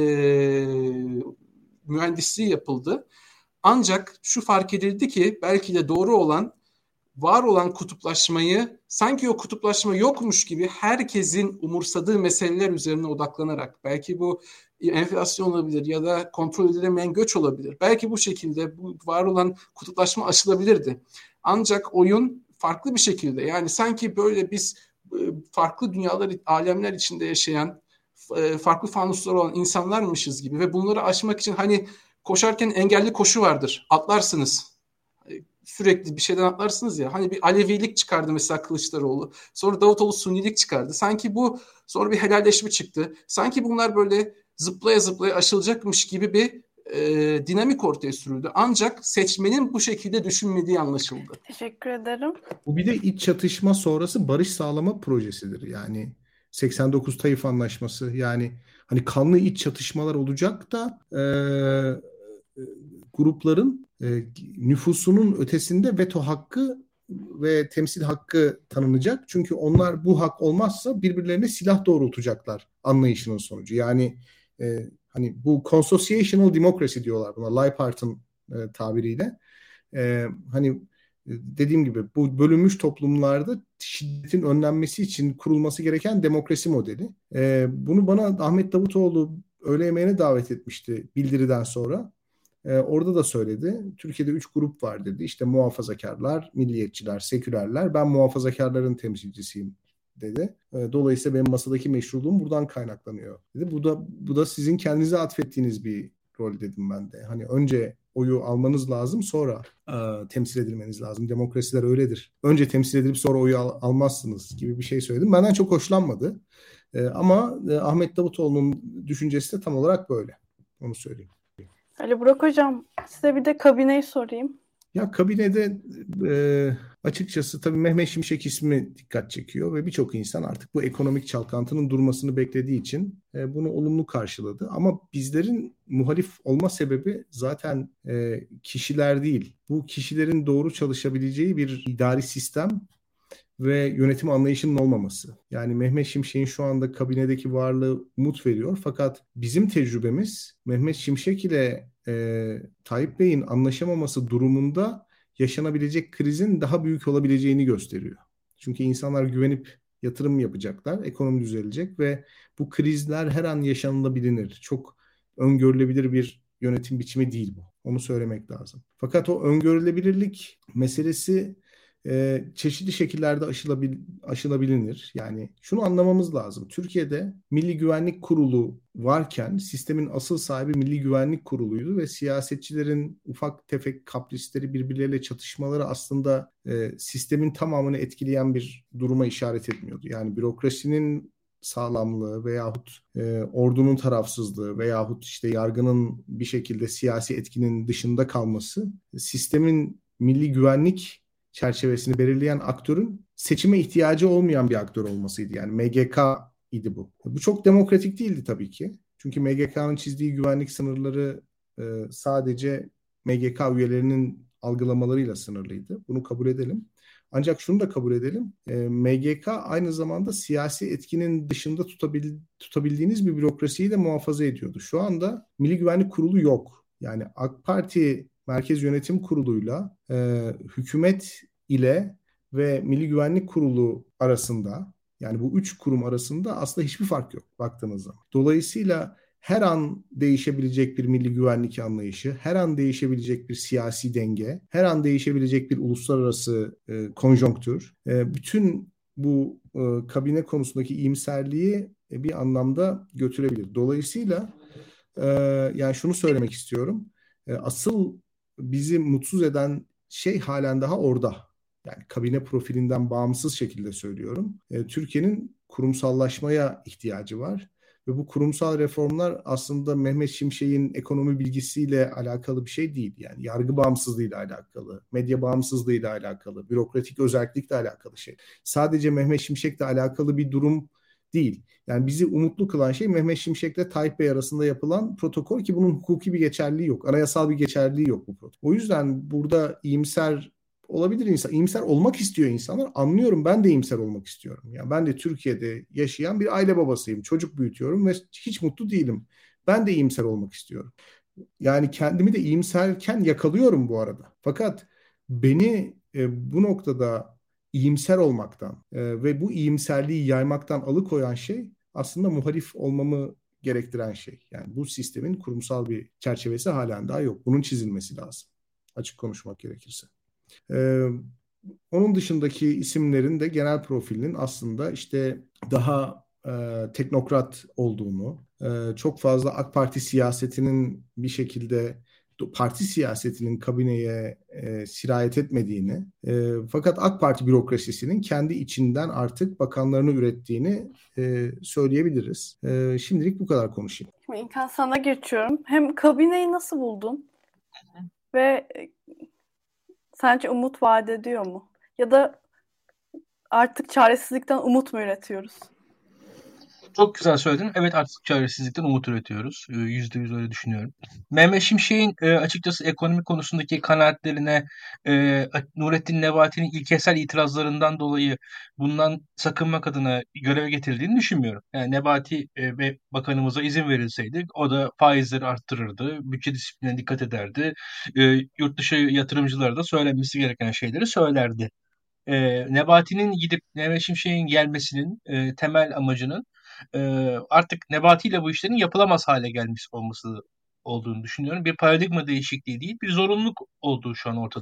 S2: mühendisliği yapıldı. Ancak şu fark edildi ki belki de doğru olan var olan kutuplaşmayı sanki o kutuplaşma yokmuş gibi herkesin umursadığı meseleler üzerine odaklanarak belki bu enflasyon olabilir ya da kontrol edilemeyen göç olabilir. Belki bu şekilde bu var olan kutuplaşma aşılabilirdi. Ancak oyun farklı bir şekilde yani sanki böyle biz farklı dünyalar, alemler içinde yaşayan farklı fanuslar olan insanlarmışız gibi ve bunları aşmak için hani koşarken engelli koşu vardır. Atlarsınız. Sürekli bir şeyden atlarsınız ya. Hani bir Alevilik çıkardı mesela Kılıçdaroğlu. Sonra Davutoğlu Sunnilik çıkardı. Sanki bu sonra bir helalleşme çıktı. Sanki bunlar böyle zıplaya zıplaya aşılacakmış gibi bir dinamik ortaya sürüldü. Ancak seçmenin bu şekilde düşünmediği anlaşıldı.
S1: Teşekkür ederim.
S4: Bu bir de iç çatışma sonrası barış sağlama projesidir. Yani 89 Taif Anlaşması yani hani kanlı iç çatışmalar olacak da grupların nüfusunun ötesinde veto hakkı ve temsil hakkı tanınacak. Çünkü onlar bu hak olmazsa birbirlerine silah doğrultacaklar anlayışının sonucu. Yani hani bu consociational democracy diyorlar buna Leipart'ın tabiriyle. Hani dediğim gibi bu bölünmüş toplumlarda şiddetin önlenmesi için kurulması gereken demokrasi modeli. Bunu bana Ahmet Davutoğlu öğle yemeğine davet etmişti bildiriden sonra. Orada da söyledi. Türkiye'de 3 grup var dedi. İşte muhafazakarlar, milliyetçiler, sekülerler. Ben muhafazakarların temsilcisiyim dedi. Dolayısıyla benim masadaki meşruluğum buradan kaynaklanıyor dedi. Bu da sizin kendinize atfettiğiniz bir rol dedim ben de. Hani önce oyu almanız lazım, sonra temsil edilmeniz lazım. Demokrasiler öyledir. Önce temsil edilip sonra oyu almazsınız gibi bir şey söyledim. Benden çok hoşlanmadı. Ama Ahmet Davutoğlu'nun düşüncesi de tam olarak böyle. Onu söyleyeyim.
S1: Ali Burak Hocam, size bir de kabineyi sorayım.
S4: Ya kabinede açıkçası tabii Mehmet Şimşek ismi dikkat çekiyor ve birçok insan artık bu ekonomik çalkantının durmasını beklediği için bunu olumlu karşıladı. Ama bizlerin muhalif olma sebebi zaten kişiler değil. Bu kişilerin doğru çalışabileceği bir idari sistem ve yönetim anlayışının olmaması. Yani Mehmet Şimşek'in şu anda kabinedeki varlığı umut veriyor. Fakat bizim tecrübemiz Mehmet Şimşek ile Tayyip Bey'in anlaşamaması durumunda yaşanabilecek krizin daha büyük olabileceğini gösteriyor. Çünkü insanlar güvenip yatırım yapacaklar, ekonomi düzelecek ve bu krizler her an yaşanılabilir. Çok öngörülebilir bir yönetim biçimi değil bu. Onu söylemek lazım. Fakat o öngörülebilirlik meselesi çeşitli şekillerde aşılabilir. Yani şunu anlamamız lazım. Türkiye'de Milli Güvenlik Kurulu varken sistemin asıl sahibi Milli Güvenlik Kurulu'ydu ve siyasetçilerin ufak tefek kaprisleri, birbirleriyle çatışmaları aslında sistemin tamamını etkileyen bir duruma işaret etmiyordu. Yani bürokrasinin sağlamlığı veyahut ordunun tarafsızlığı veyahut işte yargının bir şekilde siyasi etkinin dışında kalması sistemin milli güvenlik çerçevesini belirleyen aktörün seçime ihtiyacı olmayan bir aktör olmasıydı. Yani MGK idi bu. Bu çok demokratik değildi tabii ki. Çünkü MGK'nın çizdiği güvenlik sınırları sadece MGK üyelerinin algılamalarıyla sınırlıydı. Bunu kabul edelim. Ancak şunu da kabul edelim. MGK aynı zamanda siyasi etkinin dışında tutabildiğiniz bir bürokrasiyi de muhafaza ediyordu. Şu anda Milli Güvenlik Kurulu yok. Yani AK Parti Merkez Yönetim Kurulu'yla hükümet ile ve Milli Güvenlik Kurulu arasında, yani bu üç kurum arasında aslında hiçbir fark yok baktığınız zaman. Dolayısıyla her an değişebilecek bir milli güvenlik anlayışı, her an değişebilecek bir siyasi denge, her an değişebilecek bir uluslararası konjonktür, bütün bu kabine konusundaki iyimserliği bir anlamda götürebilir. Dolayısıyla yani şunu söylemek istiyorum. Asıl bizi mutsuz eden şey halen daha orada. Yani kabine profilinden bağımsız şekilde söylüyorum. Türkiye'nin kurumsallaşmaya ihtiyacı var. Ve bu kurumsal reformlar aslında Mehmet Şimşek'in ekonomi bilgisiyle alakalı bir şey değil. Yani yargı bağımsızlığıyla alakalı, medya bağımsızlığıyla alakalı, bürokratik özellikle alakalı şey. Sadece Mehmet Şimşek'le alakalı bir durum değil. Yani bizi umutlu kılan şey Mehmet Şimşek'le Tayyip Bey arasında yapılan protokol ki bunun hukuki bir geçerliliği yok. Anayasal bir geçerliliği yok bu protokol. O yüzden burada iyimser olabilir insan. İyimser olmak istiyor insanlar. Anlıyorum, ben de iyimser olmak istiyorum. Yani ben de Türkiye'de yaşayan bir aile babasıyım. Çocuk büyütüyorum ve hiç mutlu değilim. Ben de iyimser olmak istiyorum. Yani kendimi de iyimserken yakalıyorum bu arada. Fakat beni bu noktada iyimser olmaktan ve bu iyimserliği yaymaktan alıkoyan şey aslında muhalif olmamı gerektiren şey. Yani bu sistemin kurumsal bir çerçevesi halen daha yok. Bunun çizilmesi lazım. Açık konuşmak gerekirse. Onun dışındaki isimlerin de genel profilinin aslında işte daha teknokrat olduğunu, çok fazla AK Parti siyasetinin bir şekilde parti siyasetinin kabineye sirayet etmediğini, fakat AK Parti bürokrasisinin kendi içinden artık bakanlarını ürettiğini söyleyebiliriz. Şimdilik bu kadar konuşayım.
S1: Şimdi İlkan, sana geçiyorum. Hem kabineyi nasıl buldun? Ve sence umut vaat ediyor mu? Ya da artık çaresizlikten umut mu üretiyoruz?
S3: Çok güzel söyledin. Evet, artık çaresizlikten umut üretiyoruz. %100 öyle düşünüyorum. Mehmet Şimşek'in açıkçası ekonomi konusundaki kanaatlerine Nurettin Nebati'nin ilkesel itirazlarından dolayı bundan sakınmak adına göreve getirildiğini düşünmüyorum. Yani Nebati ve bakanımıza izin verilseydi o da faizleri arttırırdı, bütçe disiplinine dikkat ederdi, yurt dışı yatırımcılara da söylenmesi gereken şeyleri söylerdi. Nebati'nin gidip Mehmet Şimşek'in gelmesinin temel amacının artık Nebati ile bu işlerin yapılamaz hale gelmiş olması olduğunu düşünüyorum. Bir paradigma değişikliği değil, bir zorunluluk olduğu şu an ortada.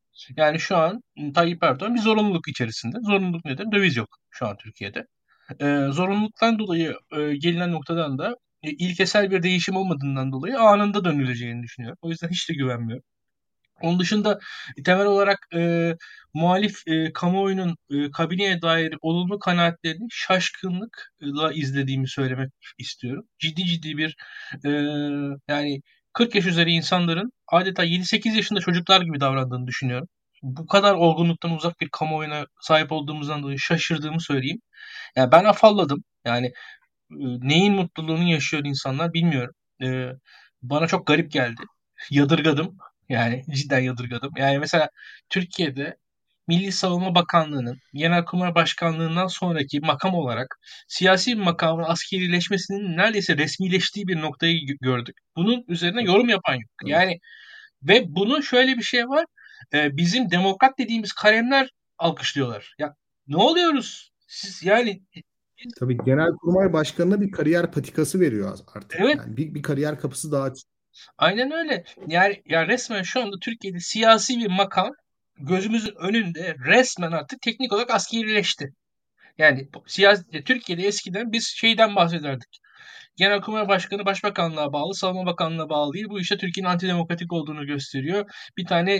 S3: Yani şu an Tayyip Erdoğan bir zorunluluk içerisinde. Zorunluluk nedir? Döviz yok şu an Türkiye'de. Zorunluluktan dolayı gelinen noktadan da ilkesel bir değişim olmadığından dolayı anında dönüleceğini düşünüyorum. O yüzden hiç de güvenmiyorum. Onun dışında temel olarak muhalif kamuoyunun kabineye dair olumlu kanaatlerini şaşkınlıkla izlediğimi söylemek istiyorum. Ciddi ciddi bir e, yani 40 yaş üzeri insanların adeta 7-8 yaşında çocuklar gibi davrandığını düşünüyorum. Bu kadar olgunluktan uzak bir kamuoyuna sahip olduğumuzdan dolayı şaşırdığımı söyleyeyim. Yani ben afalladım. Yani neyin mutluluğunu yaşıyor insanlar bilmiyorum. E, Bana çok garip geldi. Yadırgadım. Yani cidden yadırgadım. Yani mesela Türkiye'de Milli Savunma Bakanlığı'nın Genelkurmay Başkanlığı'ndan sonraki makam olarak siyasi bir makamın askerileşmesinin neredeyse resmileştiği bir noktayı gördük. Bunun üzerine yorum yapan yok.
S4: Evet.
S3: Yani ve bunun şöyle bir şey var. Bizim demokrat dediğimiz kalemler alkışlıyorlar. Ya ne oluyoruz? Siz yani
S4: Tabii Genelkurmay Başkanı'na bir kariyer patikası veriyor artık.
S3: evet.
S4: Yani bir kariyer kapısı daha açılıyor.
S3: Aynen öyle. Yani resmen şu anda Türkiye'de siyasi bir makam gözümüzün önünde resmen artık teknik olarak askerileşti. Yani siyasi, Türkiye'de eskiden biz şeyden bahsederdik. Genelkurmay Başkanı Başbakanlığa bağlı, Savunma Bakanlığı'na bağlı değil. Bu işte Türkiye'nin antidemokratik olduğunu gösteriyor. Bir tane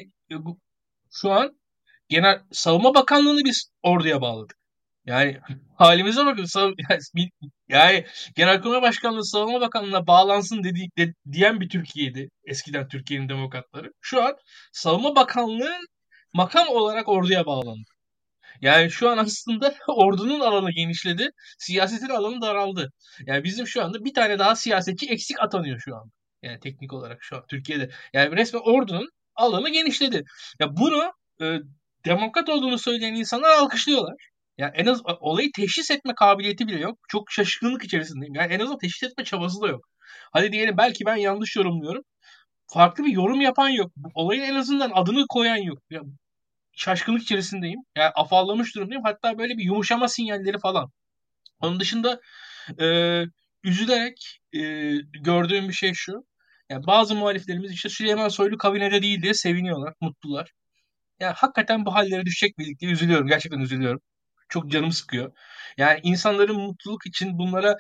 S3: şu an Genel Savunma Bakanlığı'nı biz orduya bağladık. Yani halimize bakın. Yani Genelkurmay Başkanlığı Savunma Bakanlığı'na bağlansın diyen bir Türkiye'ydi. Eskiden Türkiye'nin demokratları. Şu an Savunma Bakanlığı makam olarak orduya bağlandı. Yani şu an aslında ordunun alanı genişledi. Siyasetin alanı daraldı. Yani bizim şu anda bir tane daha siyasetçi eksik atanıyor şu anda. Yani teknik olarak şu an Türkiye'de. Yani resmen ordunun alanı genişledi. Ya bunu e, demokrat olduğunu söyleyen insanlar alkışlıyorlar. Yani en az olayı teşhis etme kabiliyeti bile yok. Çok şaşkınlık içerisindeyim. Yani en azından teşhis etme çabası da yok. Hadi diyelim belki ben yanlış yorumluyorum. Farklı bir yorum yapan yok. Bu olayın en azından adını koyan yok. Ya şaşkınlık içerisindeyim. Yani afallamış durumdayım. Hatta böyle bir yumuşama sinyalleri falan. Onun dışında e, üzülerek gördüğüm bir şey şu. Yani bazı muhaliflerimiz işte Süleyman Soylu kabinede değil diye seviniyorlar, mutlular. Yani hakikaten bu hallere düşecek birlikte üzülüyorum. Gerçekten üzülüyorum. Çok canım sıkıyor. Yani insanların mutluluk için bunlara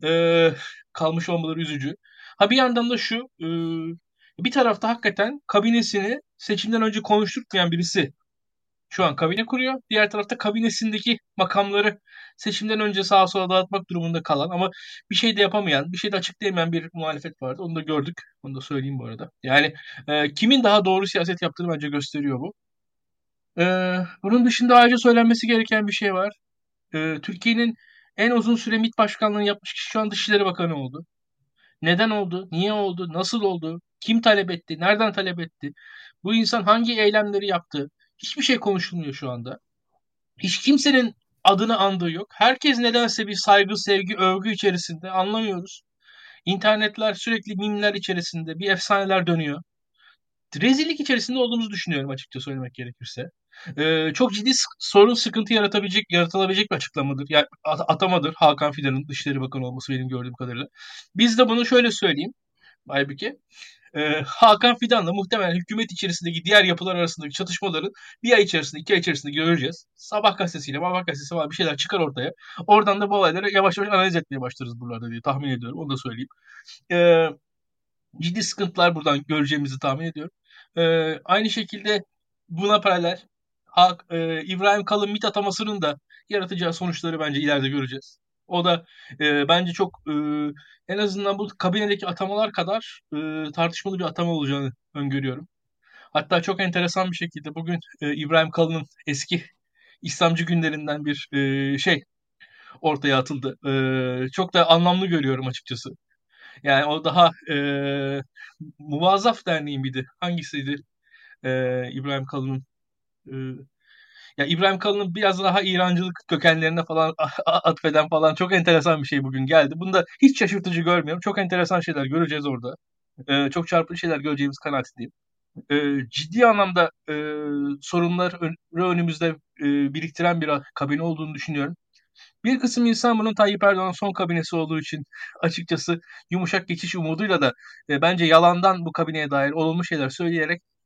S3: e, kalmış olmaları üzücü. Ha bir yandan da şu, bir tarafta hakikaten kabinesini seçimden önce konuşturtmayan birisi şu an kabine kuruyor. Diğer tarafta kabinesindeki makamları seçimden önce sağa sola dağıtmak durumunda kalan ama bir şey de yapamayan, bir şey de açıklayamayan bir muhalefet vardı. Onu da gördük. Onu da söyleyeyim bu arada. Yani kimin daha doğru siyaset yaptığını bence gösteriyor bu. E, Bunun dışında ayrıca söylenmesi gereken bir şey var. Türkiye'nin en uzun süre MİT başkanlığını yapmış kişi şu an Dışişleri Bakanı oldu. Neden oldu? Niye oldu? Nasıl oldu? Kim talep etti? Nereden talep etti? Bu insan hangi eylemleri yaptı? Hiçbir şey konuşulmuyor şu anda. Hiç kimsenin adını andığı yok. Herkes nedense bir saygı, sevgi, övgü içerisinde. Anlamıyoruz. İnternetler sürekli mimler içerisinde. Bir efsaneler dönüyor. Rezillik içerisinde olduğumuzu düşünüyorum açıkça söylemek gerekirse. Çok ciddi sorun, sıkıntı yaratılabilecek bir açıklamadır. Yani atamadır Hakan Fidan'ın Dışişleri Bakanı olması benim gördüğüm kadarıyla. Biz de bunu şöyle söyleyeyim Aybüke. Hakan Fidan'la muhtemelen hükümet içerisindeki diğer yapılar arasındaki çatışmaların bir ay içerisinde, 2 ay içerisinde göreceğiz. Sabah gazetesiyle, Sabah gazetesi falan bir şeyler çıkar ortaya. Oradan da bu olayları yavaş yavaş analiz etmeye başlarız buralarda diye tahmin ediyorum. Onu da söyleyeyim. Ee, Ciddi sıkıntılar buradan göreceğimizi tahmin ediyorum. Aynı şekilde buna paralel İbrahim Kalın MİT atamasının da yaratacağı sonuçları bence ileride göreceğiz. O da bence çok en azından bu kabinedeki atamalar kadar tartışmalı bir atama olacağını öngörüyorum. Hatta çok enteresan bir şekilde bugün İbrahim Kalın'ın eski İslamcı günlerinden bir şey ortaya atıldı. Çok da anlamlı görüyorum açıkçası. Yani o daha Muvazzaf Derneği miydi? Hangisiydi? İbrahim Kalın'ın e, ya İbrahim Kalın'ın biraz daha İrancılık kökenlerine falan atfeden falan çok enteresan bir şey bugün geldi. Bunu da hiç şaşırtıcı görmüyorum. Çok enteresan şeyler göreceğiz orada. Çok çarpıcı şeyler göreceğimiz kanaatindeyim. Ciddi anlamda sorunları önümüzde biriktiren bir kabine olduğunu düşünüyorum. Bir kısım insan bunun Tayyip Erdoğan'ın son kabinesi olduğu için açıkçası yumuşak geçiş umuduyla da bence yalandan bu kabineye dair olumlu şeyler söyleyerek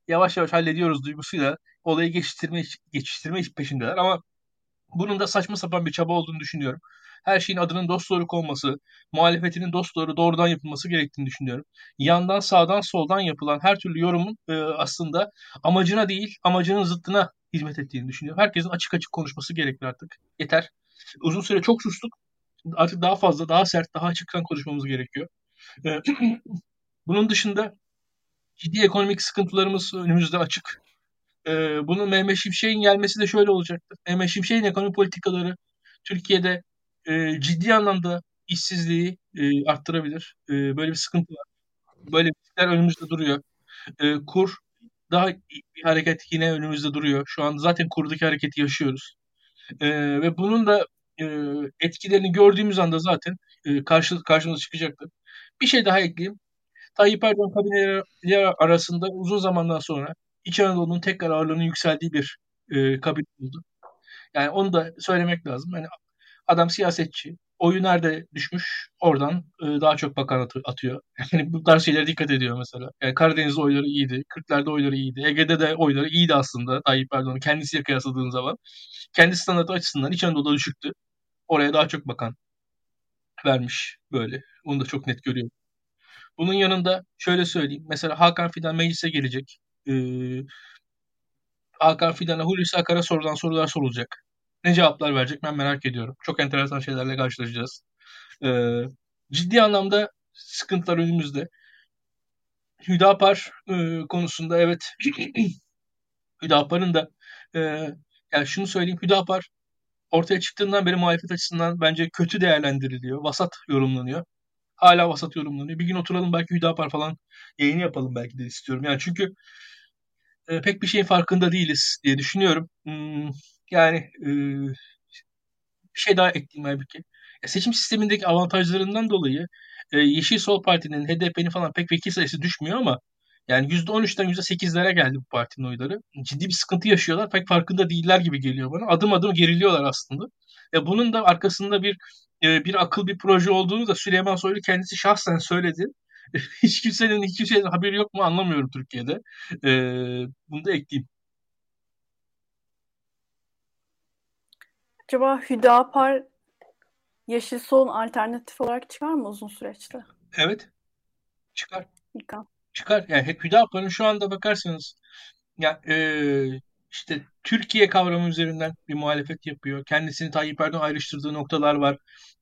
S3: yavaş yavaş hallediyoruz duygusuyla olayı geçiştirme peşindeler ama bunun da saçma sapan bir çaba olduğunu düşünüyorum. Her şeyin adının dosdoğru olması, muhalefetinin dosdoğru doğrudan yapılması gerektiğini düşünüyorum. Yandan, sağdan, soldan yapılan her türlü yorumun aslında amacına değil, amacının zıttına hizmet ettiğini düşünüyorum. Herkesin açık açık konuşması gerekli artık. Yeter. Uzun süre çok sustuk. Artık daha fazla, daha sert, daha açıktan konuşmamız gerekiyor. E, Bunun dışında ciddi ekonomik sıkıntılarımız önümüzde açık. Bunun Mehmet Şimşek'in gelmesi de şöyle olacaktır. Mehmet Şimşek'in ekonomi politikaları Türkiye'de ciddi anlamda işsizliği arttırabilir. Böyle bir sıkıntı var. Böyle riskler önümüzde duruyor. Kur daha bir hareket yine önümüzde duruyor. Şu an zaten kurdaki hareketi yaşıyoruz. Ve bunun da e, etkilerini gördüğümüz anda zaten karşımıza çıkacaktır. Bir şey daha ekleyeyim. Tayyip Erdoğan kabineleri arasında uzun zamandan sonra İç Anadolu'nun tekrar ağırlığının yükseldiği bir kabine oldu. Yani onu da söylemek lazım. Yani adam siyasetçi. Oyu nerede düşmüş? Oradan daha çok bakan atıyor. Yani bu tarz şeylere dikkat ediyor mesela. Yani Karadeniz'de oyları iyiydi. Kırklar'da oyları iyiydi. Ege'de de oyları iyiydi aslında Tayyip Erdoğan'ın kendisiyle kıyasladığın zaman. Kendi standartı açısından İç Anadolu'da düşüktü. Oraya daha çok bakan vermiş böyle. Onu da çok net görüyorum. Bunun yanında şöyle söyleyeyim. Mesela Hakan Fidan meclise gelecek. Ee, Hakan Fidan'a Hulusi Akar'a sorulan sorular sorulacak. Ne cevaplar verecek ben merak ediyorum. Çok enteresan şeylerle karşılaşacağız. Ee, Ciddi anlamda sıkıntılar önümüzde. Hüdapar konusunda evet Hüdapar'ın da e, yani şunu söyleyeyim Hüdapar ortaya çıktığından beri muhalefet açısından bence kötü değerlendiriliyor. Vasat yorumlanıyor. Hala vasat yorumlanıyor. Bir gün oturalım belki Hüdapar falan yayını yapalım belki de istiyorum. Yani çünkü pek bir şeyin farkında değiliz diye düşünüyorum. Yani bir şey daha ekleyeyim halbuki. Seçim sistemindeki avantajlarından dolayı Yeşil Sol Parti'nin, HDP'nin falan pek vekil sayısı düşmüyor ama yani %13'ten %8'lere geldi bu partinin oyları. Ciddi bir sıkıntı yaşıyorlar. Pek farkında değiller gibi geliyor bana. Adım adım geriliyorlar aslında. Bunun da arkasında bir akıl, bir proje olduğunu da Süleyman Soylu kendisi şahsen söyledi. Hiç kimsenin haberi yok mu anlamıyorum Türkiye'de. E, Bunu da ekleyeyim.
S1: Acaba Hüdapar Yeşil Sol'un alternatif olarak çıkar mı uzun süreçte?
S3: Evet, çıkar.
S1: İlkan.
S3: Çıkar. Yani Hüdapar'ın şu anda bakarsanız ya işte Türkiye kavramı üzerinden bir muhalefet yapıyor. Kendisini Tayyip Erdoğan ayrıştırdığı noktalar var.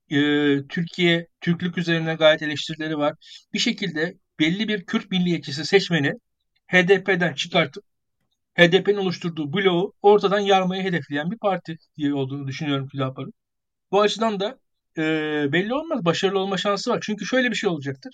S3: Türklük üzerine gayet eleştirileri var. Bir şekilde belli bir Kürt milliyetçisi seçmeni HDP'den çıkartıp HDP'nin oluşturduğu bloğu ortadan yarmayı hedefleyen bir parti diye olduğunu düşünüyorum Hüdapar'ın. Bu açıdan da belli olmaz. Başarılı olma şansı var. Çünkü şöyle bir şey olacaktır.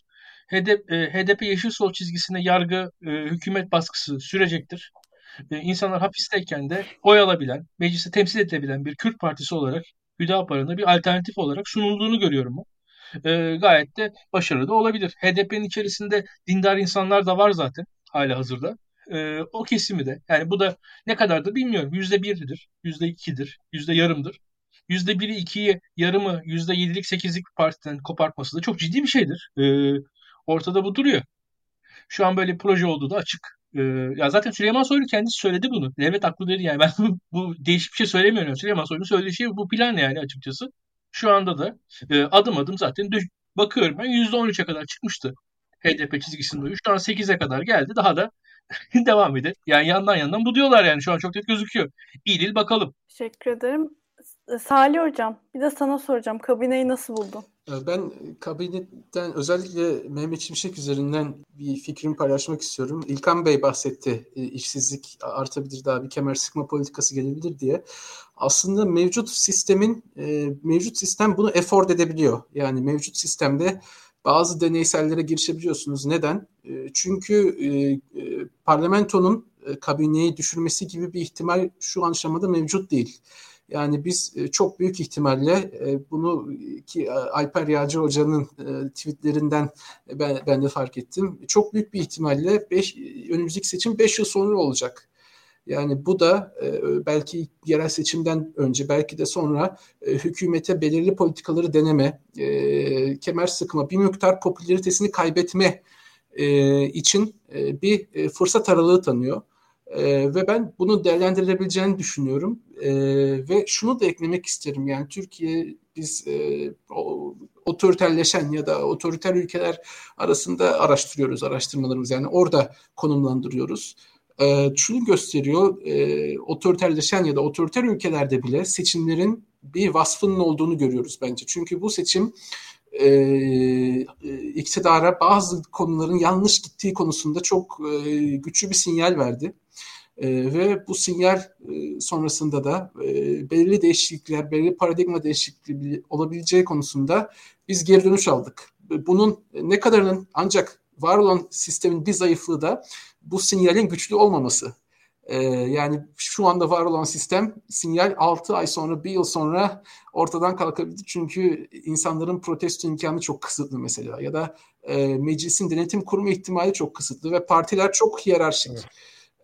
S3: HDP Yeşil Sol çizgisine yargı, hükümet baskısı sürecektir. İnsanlar hapisteyken de oy alabilen, mecliste temsil edilebilen bir Kürt partisi olarak Hüdapar'ın da bir alternatif olarak sunulduğunu görüyorum ben. Gayet de başarılı da olabilir. HDP'nin içerisinde dindar insanlar da var zaten hala hazırda. O kesimi de yani bu da ne kadardır bilmiyorum. %1'dir, %2'dir, yüzde yarımdır. %1'i 2'yi yarımı %7'lik 8'lik bir partiden kopartması da çok ciddi bir şeydir. Ortada bu duruyor. Şu an böyle bir proje olduğu da açık. Ya zaten Süleyman Soylu kendisi söyledi bunu. Devlet haklı dedi yani. Ben bu değişik bir şey söylemiyorum. Süleyman Soylu'nun söylediği şey bu plan yani açıkçası. Şu anda da adım adım zaten bakıyorum ben %13'e kadar çıkmıştı HDP çizgisinde. Şu an 8'e kadar geldi. Daha da devam eder. Yani yandan yandan bu diyorlar yani. Şu an çok net gözüküyor. İyi bakalım.
S1: Teşekkür ederim. Salih Hocam, bir de sana soracağım. Kabineyi nasıl buldun?
S2: Ben kabineden özellikle Mehmet Şimşek üzerinden bir fikrimi paylaşmak istiyorum. İlkan Bey bahsetti. İşsizlik artabilir, daha bir kemer sıkma politikası gelebilir diye. Aslında mevcut sistem bunu afford edebiliyor. Yani mevcut sistemde bazı deneysellere girişebiliyorsunuz. Neden? Çünkü parlamentonun kabineyi düşürmesi gibi bir ihtimal şu aşamada mevcut değil. Yani biz çok büyük ihtimalle bunu ki Alper Yağcı Hoca'nın tweetlerinden ben de fark ettim. Çok büyük bir ihtimalle önümüzdeki seçim 5 yıl sonra olacak. Yani bu da belki yerel seçimden önce belki de sonra hükümete belirli politikaları deneme, kemer sıkma, bir miktar popülaritesini kaybetme için bir fırsat aralığı tanıyor. Ve ben bunu değerlendirilebileceğini düşünüyorum. Ve şunu da eklemek isterim. Yani Türkiye biz otoriterleşen ya da otoriter ülkeler arasında araştırıyoruz araştırmalarımız. Yani orada konumlandırıyoruz. Şunu gösteriyor, otoriterleşen ya da otoriter ülkelerde bile seçimlerin bir vasfının olduğunu görüyoruz bence. Çünkü bu seçim iktidara bazı konuların yanlış gittiği konusunda çok güçlü bir sinyal verdi. Ve bu sinyal sonrasında da belirli değişiklikler, belirli paradigma değişikliği olabileceği konusunda biz geri dönüş aldık. Bunun ne kadarının ancak var olan sistemin bir zayıflığı da bu sinyalin güçlü olmaması. Yani şu anda var olan sinyal 6 ay sonra, 1 yıl sonra ortadan kalkabilir. Çünkü insanların protesto imkanı çok kısıtlı mesela. Ya da meclisin denetim kurma ihtimali çok kısıtlı ve partiler çok hiyerarşik. Evet.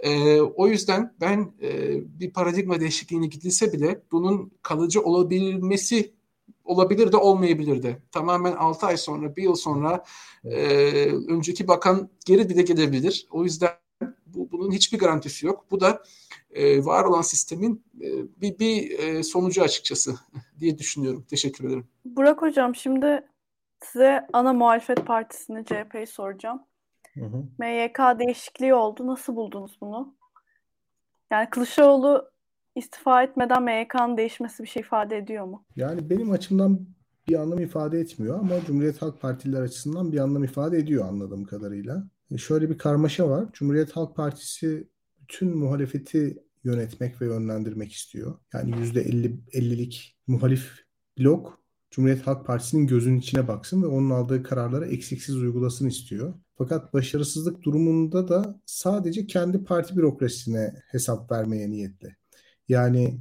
S2: O yüzden ben bir paradigma değişikliğine gidilse bile bunun kalıcı olabilmesi olabilir de olmayabilir de. Tamamen 6 ay sonra, 1 yıl sonra önceki bakan geri bile gelebilir. O yüzden bunun hiçbir garantisi yok. Bu da var olan sistemin bir sonucu açıkçası diye düşünüyorum. Teşekkür ederim.
S1: Burak Hocam, şimdi size ana muhalefet partisini CHP'yi soracağım. MYK değişikliği oldu. Nasıl buldunuz bunu? Yani Kılıçdaroğlu istifa etmeden MYK'nın değişmesi bir şey ifade ediyor mu?
S4: Yani benim açımdan bir anlam ifade etmiyor ama Cumhuriyet Halk Partililer açısından bir anlam ifade ediyor anladığım kadarıyla. Şöyle bir karmaşa var. Cumhuriyet Halk Partisi bütün muhalefeti yönetmek ve yönlendirmek istiyor. Yani %50'lik muhalif blok Cumhuriyet Halk Partisi'nin gözünün içine baksın ve onun aldığı kararları eksiksiz uygulasın istiyor. Fakat başarısızlık durumunda da sadece kendi parti bürokrasisine hesap vermeye niyetli. Yani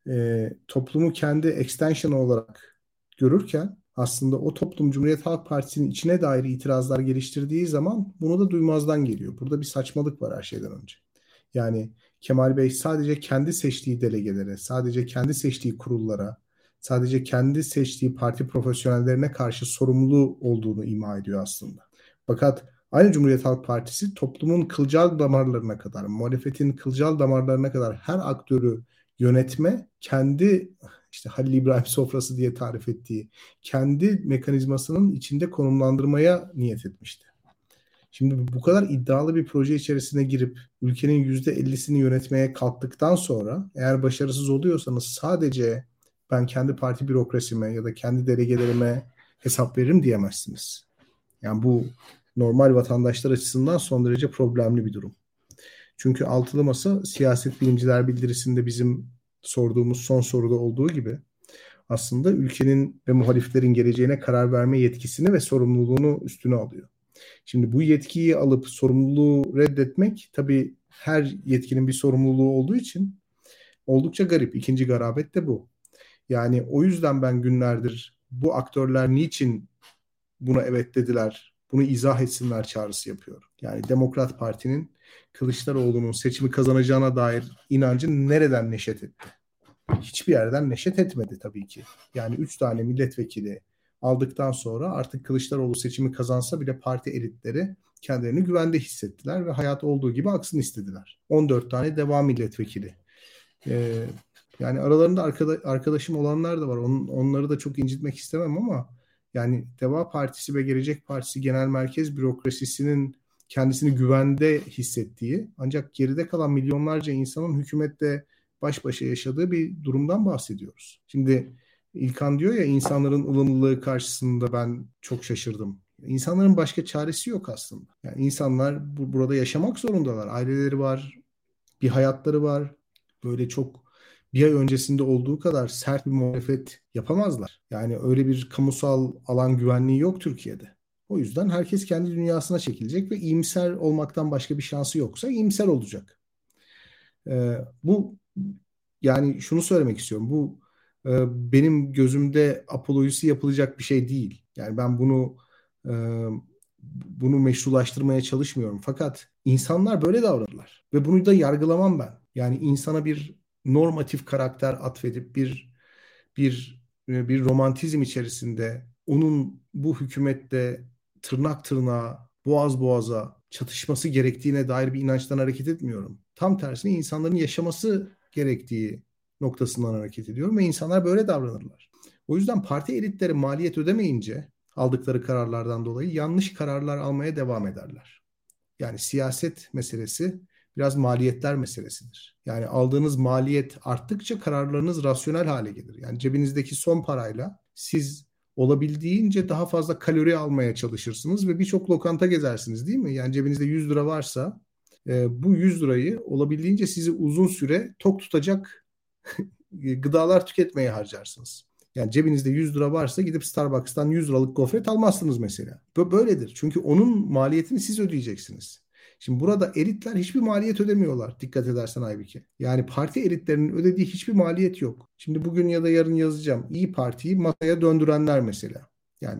S4: toplumu kendi extension olarak görürken aslında o toplum Cumhuriyet Halk Partisi'nin içine dair itirazlar geliştirdiği zaman bunu da duymazdan geliyor. Burada bir saçmalık var her şeyden önce. Yani Kemal Bey sadece kendi seçtiği delegelere, sadece kendi seçtiği kurullara, sadece kendi seçtiği parti profesyonellerine karşı sorumlu olduğunu ima ediyor aslında. Fakat aynı Cumhuriyet Halk Partisi toplumun kılcal damarlarına kadar, muhalefetin kılcal damarlarına kadar her aktörü yönetme, kendi işte Halil İbrahim sofrası diye tarif ettiği kendi mekanizmasının içinde konumlandırmaya niyet etmişti. Şimdi bu kadar iddialı bir proje içerisine girip ülkenin %50'sini yönetmeye kalktıktan sonra eğer başarısız oluyorsanız sadece ben kendi parti bürokrasime ya da kendi delegelerime hesap veririm diyemezsiniz. Yani bu normal vatandaşlar açısından son derece problemli bir durum. Çünkü altılı masa siyaset bilimciler bildirisinde bizim sorduğumuz son soruda olduğu gibi aslında ülkenin ve muhaliflerin geleceğine karar verme yetkisini ve sorumluluğunu üstüne alıyor. Şimdi bu yetkiyi alıp sorumluluğu reddetmek tabii her yetkinin bir sorumluluğu olduğu için oldukça garip. İkinci garabet de bu. Yani o yüzden ben günlerdir bu aktörler niçin buna evet dediler, bunu izah etsinler çağrısı yapıyorum. Yani Demokrat Parti'nin Kılıçdaroğlu'nun seçimi kazanacağına dair inancı nereden neşet etti? Hiçbir yerden neşet etmedi tabii ki. Yani 3 tane milletvekili aldıktan sonra artık Kılıçdaroğlu seçimi kazansa bile parti elitleri kendilerini güvende hissettiler ve hayat olduğu gibi aksın istediler. 14 tane devam milletvekili. Yani aralarında arkadaşım olanlar da var. Onları da çok incitmek istemem ama yani Deva Partisi ve Gelecek Partisi genel merkez bürokrasisinin kendisini güvende hissettiği ancak geride kalan milyonlarca insanın hükümette baş başa yaşadığı bir durumdan bahsediyoruz. Şimdi İlkan diyor ya insanların ılımlılığı karşısında ben çok şaşırdım. İnsanların başka çaresi yok aslında. Yani insanlar burada yaşamak zorundalar. Aileleri var, bir hayatları var. Böyle çok bir ay öncesinde olduğu kadar sert bir muhalefet yapamazlar. Yani öyle bir kamusal alan güvenliği yok Türkiye'de. O yüzden herkes kendi dünyasına çekilecek ve iyimser olmaktan başka bir şansı yoksa iyimser olacak. Bu yani şunu söylemek istiyorum. Bu benim gözümde apolojisi yapılacak bir şey değil. Yani ben bunu meşrulaştırmaya çalışmıyorum. Fakat insanlar böyle davranırlar ve bunu da yargılamam ben. Yani insana bir normatif karakter atfedip bir romantizm içerisinde onun bu hükümette tırnak tırnağa boğaz boğaza çatışması gerektiğine dair bir inançtan hareket etmiyorum. Tam tersine insanların yaşaması gerektiği noktasından hareket ediyorum ve insanlar böyle davranırlar. O yüzden parti elitleri maliyet ödemeyince aldıkları kararlardan dolayı yanlış kararlar almaya devam ederler. Yani siyaset meselesi biraz maliyetler meselesidir. Yani aldığınız maliyet arttıkça kararlarınız rasyonel hale gelir. Yani cebinizdeki son parayla siz olabildiğince daha fazla kalori almaya çalışırsınız ve birçok lokanta gezersiniz, değil mi? Yani cebinizde 100 lira varsa bu 100 lirayı olabildiğince sizi uzun süre tok tutacak gıdalar tüketmeye harcarsınız. Yani cebinizde 100 lira varsa gidip Starbucks'tan 100 liralık gofret almazsınız mesela. Böyledir. Çünkü onun maliyetini siz ödeyeceksiniz. Şimdi burada elitler hiçbir maliyet ödemiyorlar, dikkat edersen Aybike. Yani parti elitlerinin ödediği hiçbir maliyet yok. Şimdi bugün ya da yarın yazacağım. İyi Parti'yi masaya döndürenler mesela. Yani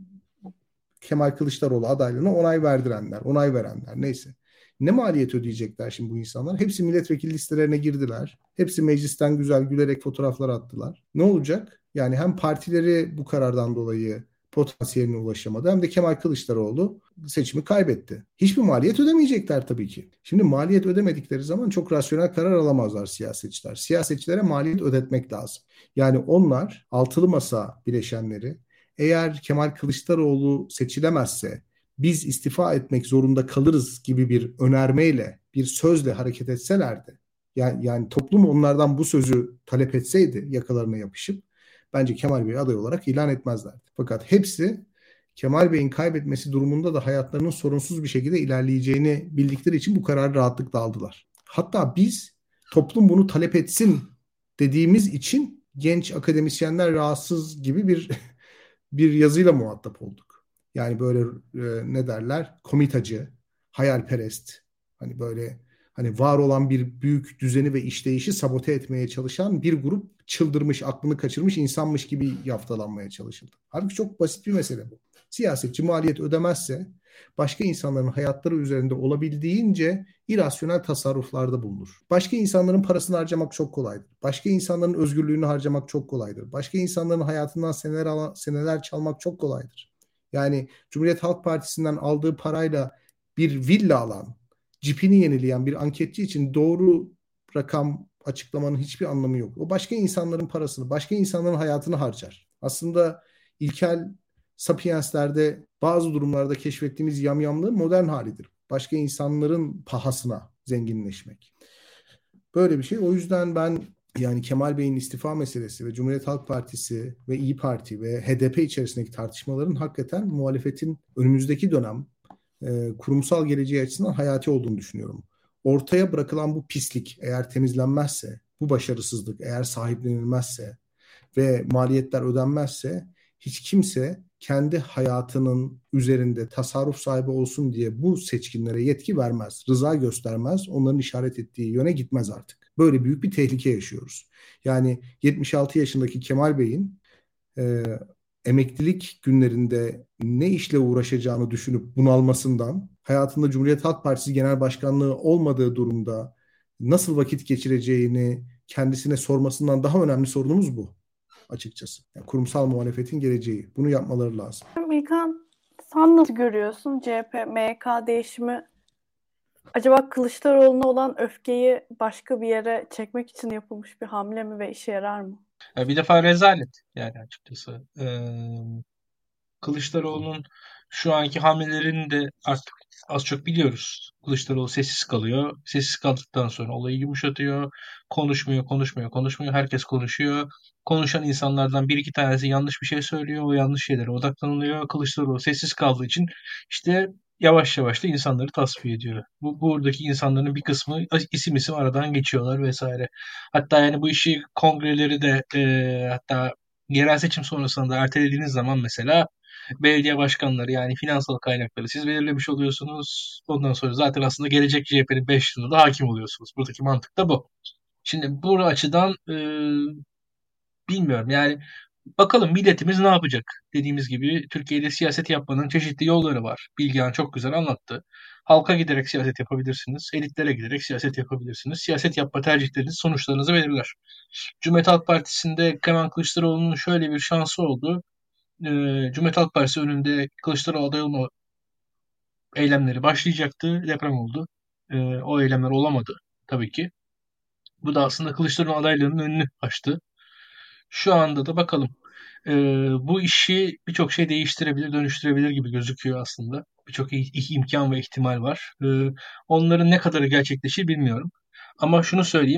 S4: Kemal Kılıçdaroğlu adaylığına onay verdirenler, onay verenler, neyse. Ne maliyet ödeyecekler şimdi bu insanlar? Hepsi milletvekili listelerine girdiler. Hepsi meclisten güzel gülerek fotoğraflar attılar. Ne olacak? Yani hem partileri bu karardan dolayı potansiyeline ulaşamadı, hem de Kemal Kılıçdaroğlu seçimi kaybetti. Hiçbir maliyet ödemeyecekler tabii ki. Şimdi maliyet ödemedikleri zaman çok rasyonel karar alamazlar siyasetçiler. Siyasetçilere maliyet ödetmek lazım. Yani onlar altılı masa bileşenleri, eğer Kemal Kılıçdaroğlu seçilemezse biz istifa etmek zorunda kalırız gibi bir önermeyle, bir sözle hareket etselerdi, yani toplum onlardan bu sözü talep etseydi yakalarına yapışıp, bence Kemal Bey'i aday olarak ilan etmezlerdi. Fakat hepsi Kemal Bey'in kaybetmesi durumunda da hayatlarının sorunsuz bir şekilde ilerleyeceğini bildikleri için bu kararı rahatlıkla aldılar. Hatta biz toplum bunu talep etsin dediğimiz için genç akademisyenler rahatsız gibi bir yazıyla muhatap olduk. Yani böyle ne derler? Komitacı, hayalperest, hani böyle hani var olan bir büyük düzeni ve işleyişi sabote etmeye çalışan bir grup çıldırmış, aklını kaçırmış insanmış gibi yaftalanmaya çalışıldı. Halbuki çok basit bir mesele bu. Siyasetçi maliyet ödemezse başka insanların hayatları üzerinde olabildiğince irasyonel tasarruflarda bulunur. Başka insanların parasını harcamak çok kolaydır. Başka insanların özgürlüğünü harcamak çok kolaydır. Başka insanların hayatından seneler çalmak çok kolaydır. Yani Cumhuriyet Halk Partisi'nden aldığı parayla bir villa alan, cipini yenileyen bir anketçi için doğru rakam açıklamanın hiçbir anlamı yok. O başka insanların parasını, başka insanların hayatını harcar. Aslında ilkel Sapiens'lerde bazı durumlarda keşfettiğimiz yamyamlığın modern halidir. Başka insanların pahasına zenginleşmek. Böyle bir şey. O yüzden ben yani Kemal Bey'in istifa meselesi ve Cumhuriyet Halk Partisi ve İyi Parti ve HDP içerisindeki tartışmaların hakikaten muhalefetin önümüzdeki dönem kurumsal geleceği açısından hayati olduğunu düşünüyorum. Ortaya bırakılan bu pislik eğer temizlenmezse, bu başarısızlık eğer sahiplenilmezse ve maliyetler ödenmezse, hiç kimse kendi hayatının üzerinde tasarruf sahibi olsun diye bu seçkinlere yetki vermez, rıza göstermez, onların işaret ettiği yöne gitmez artık. Böyle büyük bir tehlike yaşıyoruz. Yani 76 yaşındaki Kemal Bey'in emeklilik günlerinde ne işle uğraşacağını düşünüp bunalmasından, hayatında Cumhuriyet Halk Partisi Genel Başkanlığı olmadığı durumda nasıl vakit geçireceğini kendisine sormasından daha önemli sorunumuz bu açıkçası. Yani kurumsal muhalefetin geleceği. Bunu yapmaları lazım.
S1: İlkan, sen nasıl görüyorsun CHP, MYK değişimi? Acaba Kılıçdaroğlu'na olan öfkeyi başka bir yere çekmek için yapılmış bir hamle mi ve işe yarar mı?
S3: Bir defa rezalet yani açıkçası. Kılıçdaroğlu'nun şu anki hamlelerini de artık az çok biliyoruz. Kılıçdaroğlu sessiz kalıyor. Sessiz kaldıktan sonra olayı yumuşatıyor. Konuşmuyor. Herkes konuşuyor. Konuşan insanlardan bir iki tanesi yanlış bir şey söylüyor. O yanlış şeylere odaklanılıyor. Kılıçdaroğlu sessiz kaldığı için işte yavaş yavaş da insanları tasfiye ediyor. Buradaki insanların bir kısmı isim aradan geçiyorlar vesaire. Hatta yani bu işi kongreleri de hatta yerel seçim sonrasında da ertelediğiniz zaman mesela belediye başkanları yani finansal kaynakları siz belirlemiş oluyorsunuz. Ondan sonra zaten aslında gelecek CHP'nin 5 yılında da hakim oluyorsunuz. Buradaki mantık da bu. Şimdi bu açıdan bilmiyorum yani bakalım milletimiz ne yapacak? Dediğimiz gibi Türkiye'de siyaset yapmanın çeşitli yolları var. Bilgehan çok güzel anlattı. Halka giderek siyaset yapabilirsiniz. Elitlere giderek siyaset yapabilirsiniz. Siyaset yapma tercihleriniz sonuçlarınızı belirler. Cumhuriyet Halk Partisi'nde Kemal Kılıçdaroğlu'nun şöyle bir şansı oldu. Cumhuriyet Halk Partisi önünde Kılıçdaroğlu aday olma eylemleri başlayacaktı. Deprem oldu. O eylemler olamadı tabii ki. Bu da aslında Kılıçdaroğlu adaylığının önünü açtı. Şu anda da bakalım. Bu işi birçok şey değiştirebilir, dönüştürebilir gibi gözüküyor aslında. Birçok imkan ve ihtimal var. Onların ne kadarı gerçekleşir bilmiyorum. Ama şunu söyleyeyim.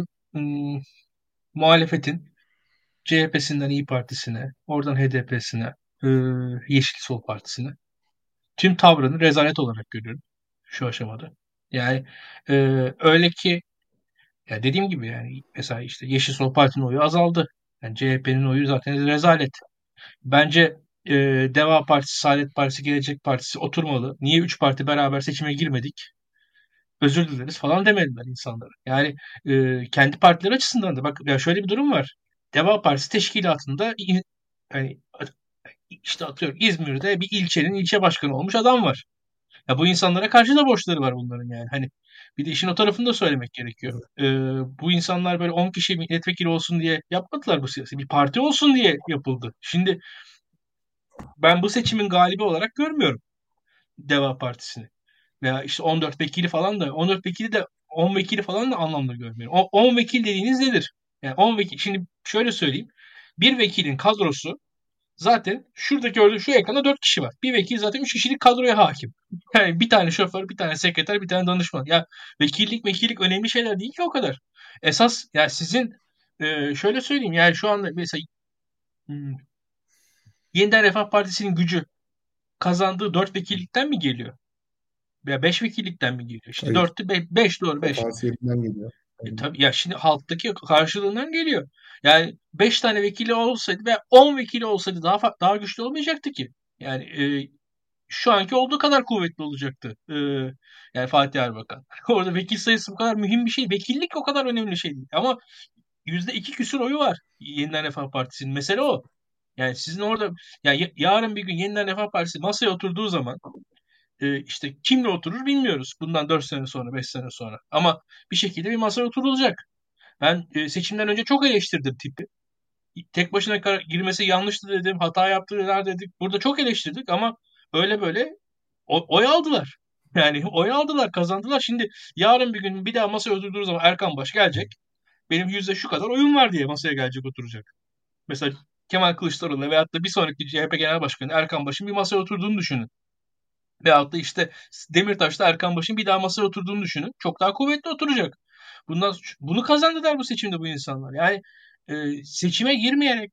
S3: Muhalefetin CHP'sinden İYİ Partisi'ne, oradan HDP'sine, Yeşil Sol Partisi'ne tüm tavrını rezalet olarak görüyorum şu aşamada. Yani öyle ki ya dediğim gibi yani mesela işte Yeşil Sol Parti'nin oyu azaldı. Yani CHP'nin oyu zaten rezalet. Bence Deva Partisi, Saadet Partisi, Gelecek Partisi oturmalı. Niye 3 parti beraber seçime girmedik? Özür dileriz falan demediler insanlara. Yani kendi partileri açısından da bak ya şöyle bir durum var. Deva Partisi teşkilatında yani işte atıyorum İzmir'de bir ilçenin ilçe başkanı olmuş adam var. Ya bu insanlara karşı da borçları var bunların yani. Hani bir de işin o tarafını da söylemek gerekiyor. Bu insanlar böyle 10 kişi milletvekili olsun diye yapmadılar bu siyasi. Bir parti olsun diye yapıldı. Şimdi ben bu seçimin galibi olarak görmüyorum Deva Partisi'ni. Veya işte 14 vekili falan da 14 vekili de 10 vekili falan da anlamda görmüyorum. O 10 vekil dediğiniz nedir? Yani 10 vekil şimdi şöyle söyleyeyim. Bir vekilin kadrosu zaten şurada gördüğüm şu ekranda 4 kişi var. Bir vekil zaten 3 kişilik kadroya hakim. Yani bir tane şoför, bir tane sekreter, bir tane danışman. Ya vekillik önemli şeyler değil ki o kadar. Esas ya sizin şöyle söyleyeyim yani şu anda mesela hmm, Yeniden Refah Partisi'nin gücü kazandığı 4 vekillikten mi geliyor? Veya 5 vekillikten mi geliyor? Şimdi
S4: Hayır.
S3: 4'tü 5 doğru 5.
S4: Potansiyelinden geliyor.
S3: Tabii ya şimdi halktaki karşılığından geliyor. Yani 5 tane vekili olsaydı ve 10 vekili olsaydı daha güçlü olmayacaktı ki. Yani şu anki olduğu kadar kuvvetli olacaktı. Yani Fatih Erbakan. Orada vekil sayısı bu kadar mühim bir şey. Vekillik o kadar önemli bir şey değil. Ama %2 küsur oyu var Yeniden Refah Partisi'nin. Mesele o. Yani sizin orada yarın bir gün Yeniden Refah Partisi masaya oturduğu zaman işte kimle oturur bilmiyoruz. Bundan 4 sene sonra, 5 sene sonra. Ama bir şekilde bir masaya oturulacak. Ben seçimden önce çok eleştirdim tipi. Tek başına girmesi yanlıştı dedim, hata yaptılar dedik. Burada çok eleştirdik ama öyle böyle oy aldılar. Yani oy aldılar, kazandılar. Şimdi yarın bir gün bir daha masaya oturduğu zaman Erkan Baş gelecek. Benim yüzde şu kadar oyum var diye masaya gelecek oturacak. Mesela Kemal Kılıçdaroğlu veyahut da bir sonraki CHP Genel Başkanı Erkan Baş'ın bir masaya oturduğunu düşünün. Veyahut da işte Demirtaş'ta Erkan Baş'ın bir daha masaya oturduğunu düşünün. Çok daha kuvvetli oturacak. Bunu kazandılar bu seçimde bu insanlar. Yani seçime girmeyerek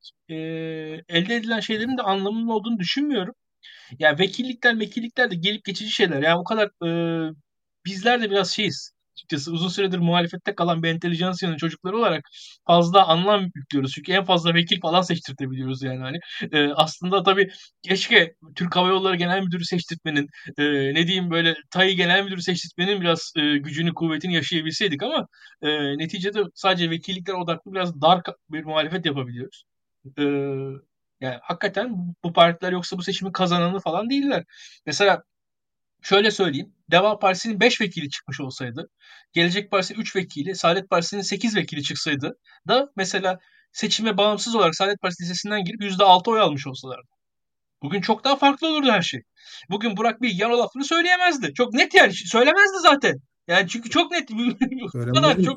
S3: elde edilen şeylerin de anlamının olduğunu düşünmüyorum. Yani vekillikler de gelip geçici şeyler. Yani o kadar bizler de biraz şeyiz. Açıkçası uzun süredir muhalefette kalan bir entelijansiyanın çocukları olarak fazla anlam yüklüyoruz. Çünkü en fazla vekil falan seçtirtebiliyoruz yani hani. Aslında tabii keşke Türk Hava Yolları Genel Müdürü seçtirtmenin, ne diyeyim böyle TAİ Genel Müdürü seçtirtmenin biraz gücünü, kuvvetini yaşayabilseydik ama neticede sadece vekillikler odaklı biraz dar bir muhalefet yapabiliyoruz. E, Yani hakikaten bu partiler yoksa bu seçimin kazananı falan değiller. Mesela şöyle söyleyeyim. Deva Partisi'nin 5 vekili çıkmış olsaydı, Gelecek Partisi 3 vekili, Saadet Partisi'nin 8 vekili çıksaydı da mesela seçime bağımsız olarak Saadet Partisi listesinden girip %6 oy almış olsalardı. Bugün çok daha farklı olurdu her şey. Bugün Burak Bilgehan o lafını söyleyemezdi. Çok net yani söylemezdi zaten. Yani çünkü çok net bu kadar
S4: Öğrenmedin.
S3: çok.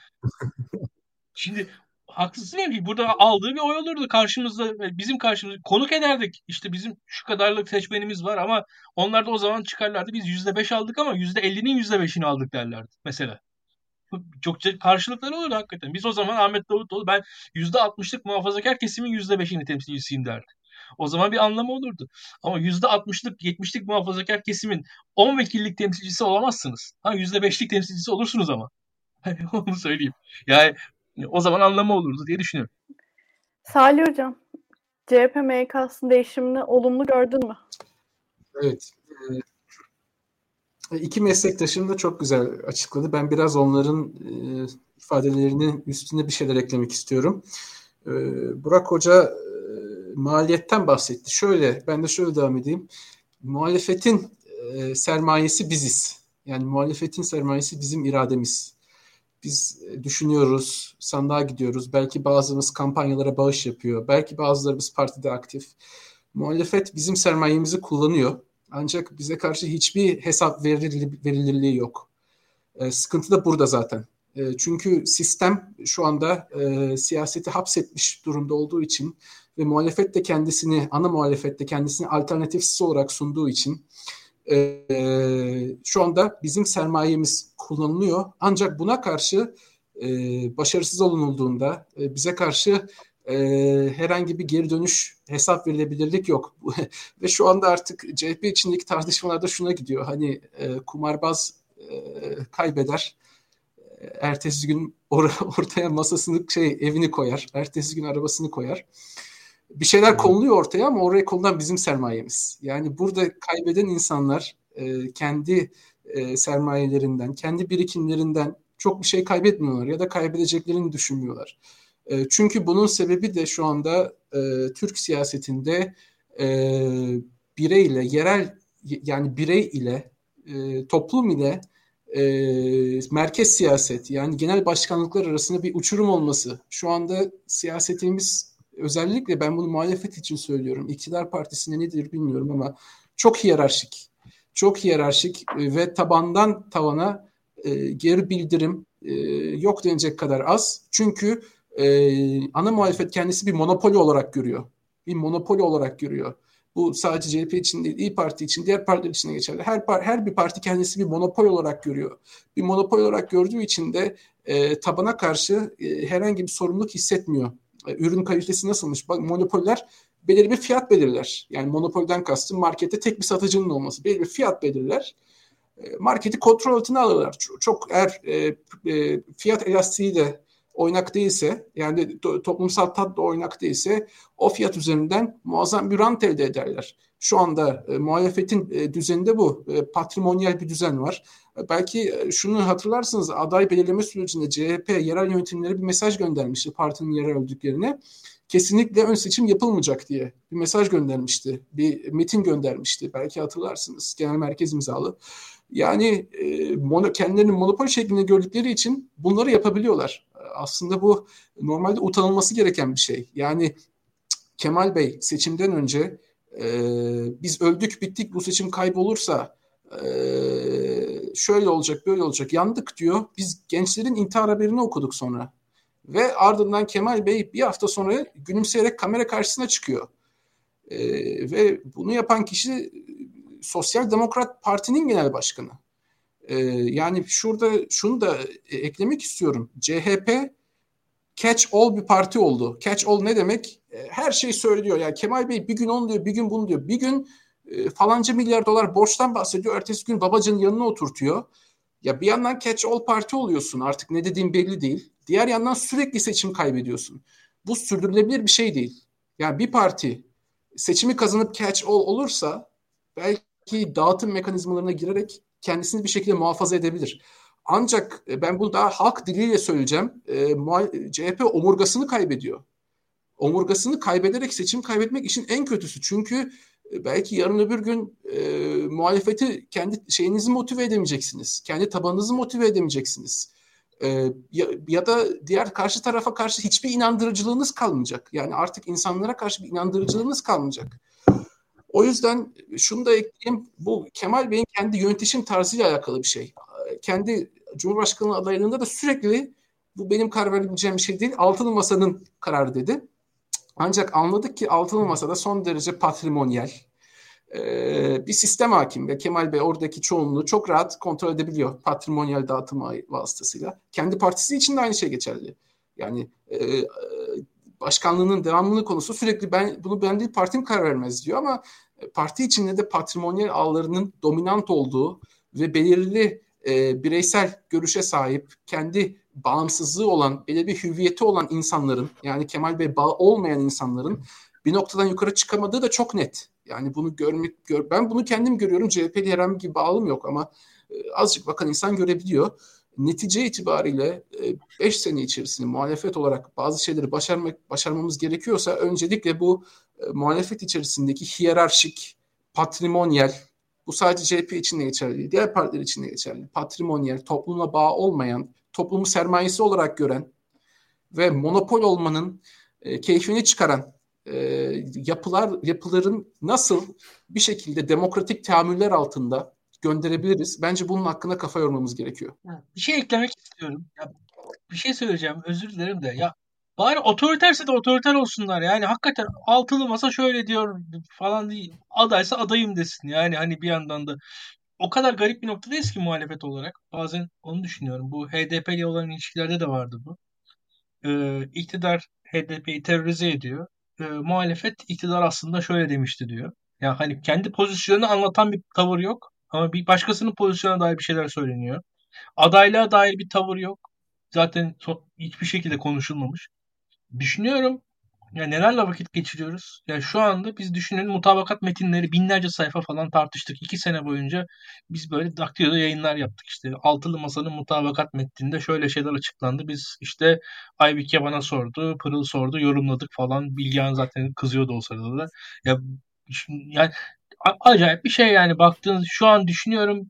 S3: Şimdi haksızsın yani burada aldığı bir oy olurdu karşımızda bizim karşımızda konuk ederdik. İşte bizim şu kadarlık seçmenimiz var ama onlar da o zaman çıkarlardı. Biz %5 aldık ama %50'nin %5'ini aldık derlerdi mesela. Çok karşılıkları olurdu hakikaten. Biz o zaman Ahmet Davutoğlu ben %60'lık muhafazakar kesimin %5'ini temsilcisiyim derdi. O zaman bir anlamı olurdu. Ama %60'lık 70'lik muhafazakar kesimin 10 vekillik temsilcisi olamazsınız. Ha %5'lik temsilcisi olursunuz ama. Onu söyleyeyim. Yani o zaman anlamı olurdu diye düşünüyorum.
S1: Salih Hocam, CHP MYK'sının değişimini olumlu gördün mü?
S2: Evet. İki meslektaşım da çok güzel açıkladı. Ben biraz onların ifadelerinin üstüne bir şeyler eklemek istiyorum. Burak Hoca maliyetten bahsetti. Ben de şöyle devam edeyim. Muhalefetin sermayesi biziz. Yani muhalefetin sermayesi bizim irademiz. Biz düşünüyoruz, sandığa gidiyoruz. Belki bazımız kampanyalara bağış yapıyor. Belki bazılarımız partide aktif. Muhalefet bizim sermayemizi kullanıyor. Ancak bize karşı hiçbir hesap verilirliği yok. Sıkıntı da burada zaten. Çünkü sistem şu anda siyaseti hapsetmiş durumda olduğu için ve muhalefet de ana muhalefet de kendisini alternatifsiz olarak sunduğu için şu anda bizim sermayemiz kullanılıyor. Ancak buna karşı başarısız olunulduğunda bize karşı herhangi bir geri dönüş, hesap verilebilirlik yok. Ve şu anda artık CHP içindeki tartışmalarda şuna gidiyor. Hani kumarbaz kaybeder. Ertesi gün ortaya masasını evini koyar. Ertesi gün arabasını koyar. Bir şeyler konuluyor ortaya ama oraya konulan bizim sermayemiz. Yani burada kaybeden insanlar kendi sermayelerinden, kendi birikimlerinden çok bir şey kaybetmiyorlar ya da kaybedeceklerini düşünmüyorlar. Çünkü bunun sebebi de şu anda Türk siyasetinde bireyle, yerel yani birey ile, toplum ile merkez siyaset yani genel başkanlıklar arasında bir uçurum olması. Şu anda siyasetimiz özellikle ben bunu muhalefet için söylüyorum. İktidar partisinde nedir bilmiyorum ama çok hiyerarşik. Çok hiyerarşik ve tabandan tavana geri bildirim yok denecek kadar az. Çünkü ana muhalefet kendisi bir monopoli olarak görüyor. Bir monopoli olarak görüyor. Bu sadece CHP için değil, İYİ Parti için, diğer partiler için de geçerli. Her bir parti kendisi bir monopol olarak görüyor. Bir monopol olarak gördüğü için de tabana karşı herhangi bir sorumluluk hissetmiyor. Ürün kalitesi nasılmış? Bak, monopoller belirli bir fiyat belirler. Yani monopolden kastım markette tek bir satıcının olması. Belirli bir fiyat belirler. Marketi kontrol altına alırlar. Çok eğer fiyat elastiği de oynak değilse, yani toplumsal tat da oynak değilse o fiyat üzerinden muazzam bir rant elde ederler. Şu anda muhalefetin düzeninde bu. Patrimonyal bir düzen var. Belki şunu hatırlarsınız, aday belirleme sürecinde CHP yerel yönetimlere bir mesaj göndermişti partinin yerel öldüklerine. Kesinlikle ön seçim yapılmayacak diye bir mesaj göndermişti. Bir metin göndermişti. Belki hatırlarsınız. Genel merkez imzalı. Yani kendilerini monopol şeklinde gördükleri için bunları yapabiliyorlar. Aslında bu normalde utanılması gereken bir şey. Yani Kemal Bey seçimden önce biz öldük bittik bu seçim kaybolursa şöyle olacak böyle olacak yandık diyor. Biz gençlerin intihar haberini okuduk sonra. Ve ardından Kemal Bey bir hafta sonra gülümseyerek kamera karşısına çıkıyor. Ve bunu yapan kişi Sosyal Demokrat Parti'nin genel başkanı. Yani şurada şunu da eklemek istiyorum. CHP catch all bir parti oldu. Catch all ne demek? Her şeyi söylüyor. Yani Kemal Bey bir gün onu diyor, bir gün bunu diyor. Bir gün falanca milyar dolar borçtan bahsediyor. Ertesi gün Babacan'ın yanına oturtuyor. Ya bir yandan catch all parti oluyorsun. Artık ne dediğin belli değil. Diğer yandan sürekli seçim kaybediyorsun. Bu sürdürülebilir bir şey değil. Yani bir parti seçimi kazanıp catch all olursa belki dağıtım mekanizmalarına girerek kendisini bir şekilde muhafaza edebilir. Ancak ben bunu daha halk diliyle söyleyeceğim. CHP omurgasını kaybediyor. Omurgasını kaybederek seçim kaybetmek işin en kötüsü. Çünkü belki yarın öbür gün muhalefeti kendi şeyinizi motive edemeyeceksiniz. Kendi tabanınızı motive edemeyeceksiniz. Ya da diğer karşı tarafa karşı hiçbir inandırıcılığınız kalmayacak. Yani artık insanlara karşı bir inandırıcılığınız kalmayacak. O yüzden şunu da ekleyeyim. Bu Kemal Bey'in kendi yönetişim tarzıyla alakalı bir şey. Kendi Cumhurbaşkanlığı adaylığında da sürekli bu benim karar verebileceğim bir şey değil. Altılı Masa'nın kararı dedi. Ancak anladık ki Altılı Masa'da son derece patrimonyal bir sistem hakim ve Kemal Bey oradaki çoğunluğu çok rahat kontrol edebiliyor patrimonyal dağıtım vasıtasıyla. Kendi partisi için de aynı şey geçerli. Yani başkanlığının devamlılığı konusu sürekli ben değil partim karar vermez diyor ama parti içinde de patrimonyal ağlarının dominant olduğu ve belirli bireysel görüşe sahip, kendi bağımsızlığı olan, belirli bir hüviyeti olan insanların, yani Kemal Bey bağı olmayan insanların bir noktadan yukarı çıkamadığı da çok net. Yani bunu ben bunu kendim görüyorum. CHP'li herhangi bir bağım yok ama azıcık bakan insan görebiliyor. Netice itibariyle 5 sene içerisinde muhalefet olarak bazı şeyleri başarmamız gerekiyorsa öncelikle bu muhalefet içerisindeki hiyerarşik, patrimonyal, bu sadece CHP için de geçerli değil, diğer partiler için de geçerli. Patrimonyal, toplumla bağ olmayan, toplumu sermayesi olarak gören ve monopol olmanın keyfini çıkaran yapıların nasıl bir şekilde demokratik teamüller altında gönderebiliriz? Bence bunun hakkında kafa yormamız gerekiyor.
S3: Bir şey eklemek istiyorum. Ya, bir şey söyleyeceğim. Özür dilerim de. Ya bari otoriterse de otoriter olsunlar. Yani hakikaten altılı masa şöyle diyor falan değil. Adaysa adayım desin. Yani hani bir yandan da o kadar garip bir noktadayız ki muhalefet olarak. Bazen onu düşünüyorum. Bu HDP ile olan ilişkilerde de vardı bu. İktidar HDP'yi terörize ediyor. Muhalefet iktidar aslında şöyle demişti diyor. Ya hani kendi pozisyonunu anlatan bir tavır yok. Ama bir başkasının pozisyonuna dair bir şeyler söyleniyor. Adaylığa dair bir tavır yok. Zaten hiçbir şekilde konuşulmamış. Düşünüyorum ya nelerle vakit geçiriyoruz. Ya şu anda biz düşünün mutabakat metinleri binlerce sayfa falan tartıştık. 2 sene boyunca biz böyle Daktilo'da yayınlar yaptık işte. Altılı Masa'nın mutabakat metninde şöyle şeyler açıklandı. Biz işte Aybike bana sordu, Pırıl sordu, yorumladık falan. Bilgehan zaten kızıyordu o sırada da. Ya yani acayip bir şey yani baktığınız şu an düşünüyorum.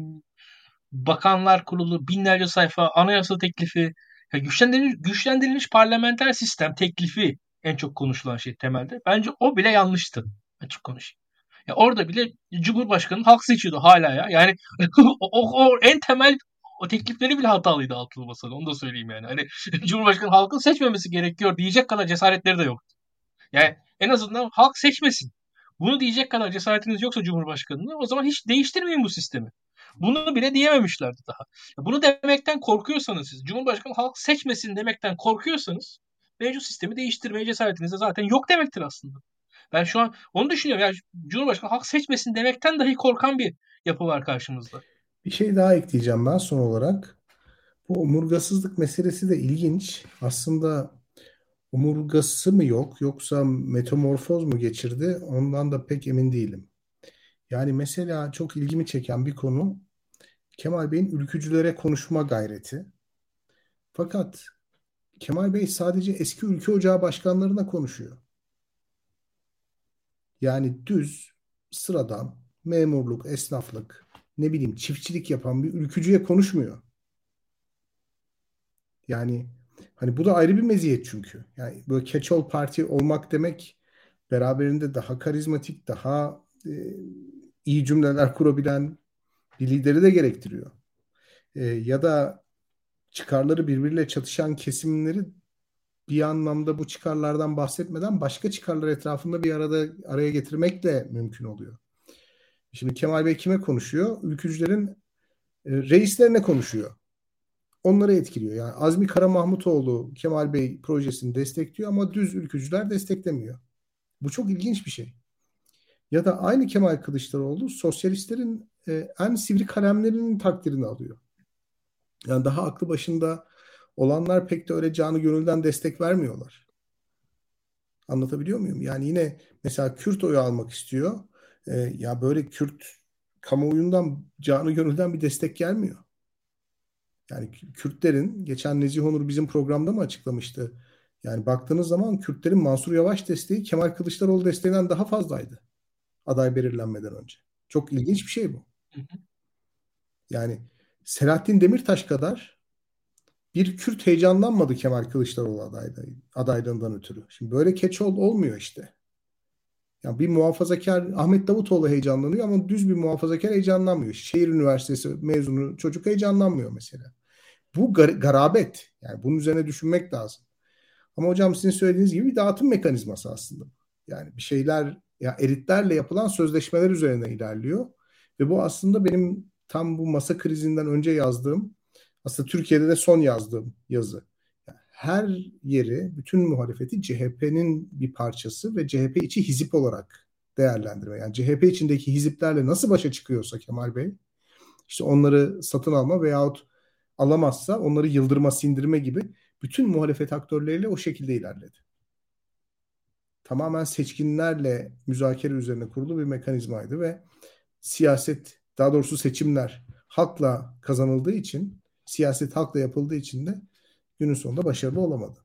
S3: Bakanlar Kurulu binlerce sayfa anayasa teklifi ya güçlendirilmiş parlamenter sistem teklifi en çok konuşulan şey temelde. Bence o bile yanlıştı. Açık konuşayım. Ya orada bile Cumhurbaşkanı halk seçiyordu hala ya. Yani o en temel o teklifleri bile hatalıydı altılı masada. Onu da söyleyeyim yani. Hani Cumhurbaşkanı halkın seçmemesi gerekiyor diyecek kadar cesaretleri de yok. Yani en azından halk seçmesin. Bunu diyecek kadar cesaretiniz yoksa Cumhurbaşkanı'nı o zaman hiç değiştirmeyin bu sistemi. Bunu bile diyememişlerdi daha. Bunu demekten korkuyorsanız siz, Cumhurbaşkanı halk seçmesin demekten korkuyorsanız mevcut sistemi değiştirmeye cesaretiniz de zaten yok demektir aslında. Ben şu an onu düşünüyorum. Yani Cumhurbaşkanı halk seçmesin demekten dahi korkan bir yapı var karşımızda.
S4: Bir şey daha ekleyeceğim ben son olarak. Bu omurgasızlık meselesi de ilginç. Aslında omurgası mı yok yoksa metamorfoz mu geçirdi? Ondan da pek emin değilim. Yani mesela çok ilgimi çeken bir konu Kemal Bey'in ülkücülere konuşma gayreti. Fakat Kemal Bey sadece eski ülke ocağı başkanlarına konuşuyor. Yani düz, sıradan, memurluk, esnaflık, ne bileyim çiftçilik yapan bir ülkücüye konuşmuyor. Yani hani bu da ayrı bir meziyet çünkü. Yani böyle catch-all parti olmak demek beraberinde daha karizmatik, daha iyi cümleler kurabilen bir lideri de gerektiriyor. Ya da çıkarları birbiriyle çatışan kesimleri bir anlamda bu çıkarlardan bahsetmeden başka çıkarlar etrafında bir araya getirmek de mümkün oluyor. Şimdi Kemal Bey kime konuşuyor? Ülkücülerin reislerine konuşuyor. Onları etkiliyor. Yani Azmi Kara Mahmutoğlu Kemal Bey projesini destekliyor ama düz ülkücüler desteklemiyor. Bu çok ilginç bir şey. Ya da aynı Kemal Kılıçdaroğlu sosyalistlerin en sivri kalemlerinin takdirini alıyor. Yani daha aklı başında olanlar pek de öyle canı gönülden destek vermiyorlar. Anlatabiliyor muyum? Yani yine mesela Kürt oyu almak istiyor. Ya böyle Kürt kamuoyundan canı gönülden bir destek gelmiyor. Yani Kürtlerin, geçen Nezih Onur bizim programda mı açıklamıştı? Yani baktığınız zaman Kürtlerin Mansur Yavaş desteği Kemal Kılıçdaroğlu desteğinden daha fazlaydı aday belirlenmeden önce. Çok ilginç bir şey bu. Yani Selahattin Demirtaş kadar bir Kürt heyecanlanmadı Kemal Kılıçdaroğlu adaylığından ötürü. Şimdi böyle catch-all olmuyor işte. Yani bir muhafazakar Ahmet Davutoğlu heyecanlanıyor ama düz bir muhafazakar heyecanlanmıyor. Şehir Üniversitesi mezunu çocuk heyecanlanmıyor mesela. Bu garabet. Yani bunun üzerine düşünmek lazım. Ama hocam sizin söylediğiniz gibi bir dağıtım mekanizması aslında. Yani bir şeyler ya elitlerle yapılan sözleşmeler üzerine ilerliyor. Ve bu aslında benim tam bu masa krizinden önce yazdığım, aslında Türkiye'de de son yazdığım yazı. Yani her yeri, bütün muhalefeti CHP'nin bir parçası ve CHP içi hizip olarak değerlendirme. Yani CHP içindeki hiziplerle nasıl başa çıkıyorsa Kemal Bey, işte onları satın alma veyahut alamazsa onları yıldırma, sindirme gibi bütün muhalefet aktörleriyle o şekilde ilerledi. Tamamen seçkinlerle müzakere üzerine kurulu bir mekanizmaydı ve siyaset, daha doğrusu seçimler halkla kazanıldığı için, siyaset halkla yapıldığı için de günün sonunda başarılı olamadı.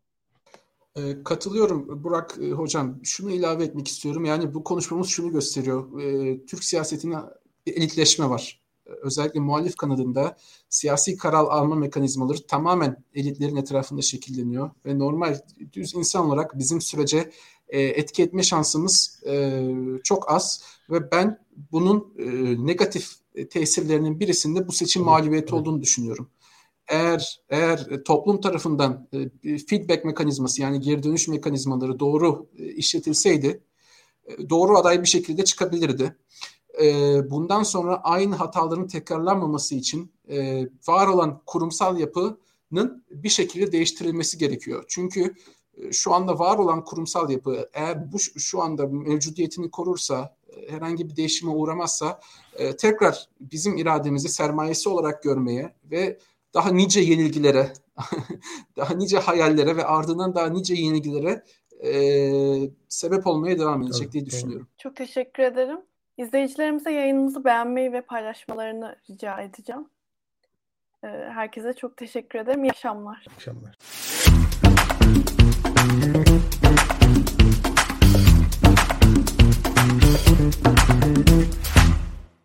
S2: Katılıyorum Burak hocam. Şunu ilave etmek istiyorum. Yani bu konuşmamız şunu gösteriyor. Türk siyasetinde elitleşme var. özellikle muhalif kanadında siyasi karar alma mekanizmaları tamamen elitlerin etrafında şekilleniyor ve normal düz insan olarak bizim sürece etki etme şansımız çok az ve ben bunun negatif tesirlerinin birisinde bu seçim mağlubiyeti olduğunu düşünüyorum. Eğer toplum tarafından feedback mekanizması, yani geri dönüş mekanizmaları doğru işletilseydi doğru aday bir şekilde çıkabilirdi. Bundan sonra aynı hataların tekrarlanmaması için var olan kurumsal yapının bir şekilde değiştirilmesi gerekiyor. Çünkü şu anda var olan kurumsal yapı eğer bu şu anda mevcudiyetini korursa, herhangi bir değişime uğramazsa tekrar bizim irademizi sermayesi olarak görmeye ve daha nice yenilgilere, daha nice hayallere ve ardından daha nice yenilgilere sebep olmaya devam edecek diye düşünüyorum.
S1: Çok teşekkür ederim. İzleyicilerimize yayınımızı beğenmeyi ve paylaşmalarını rica edeceğim. Herkese çok teşekkür ederim. İyi akşamlar.
S4: İyi akşamlar.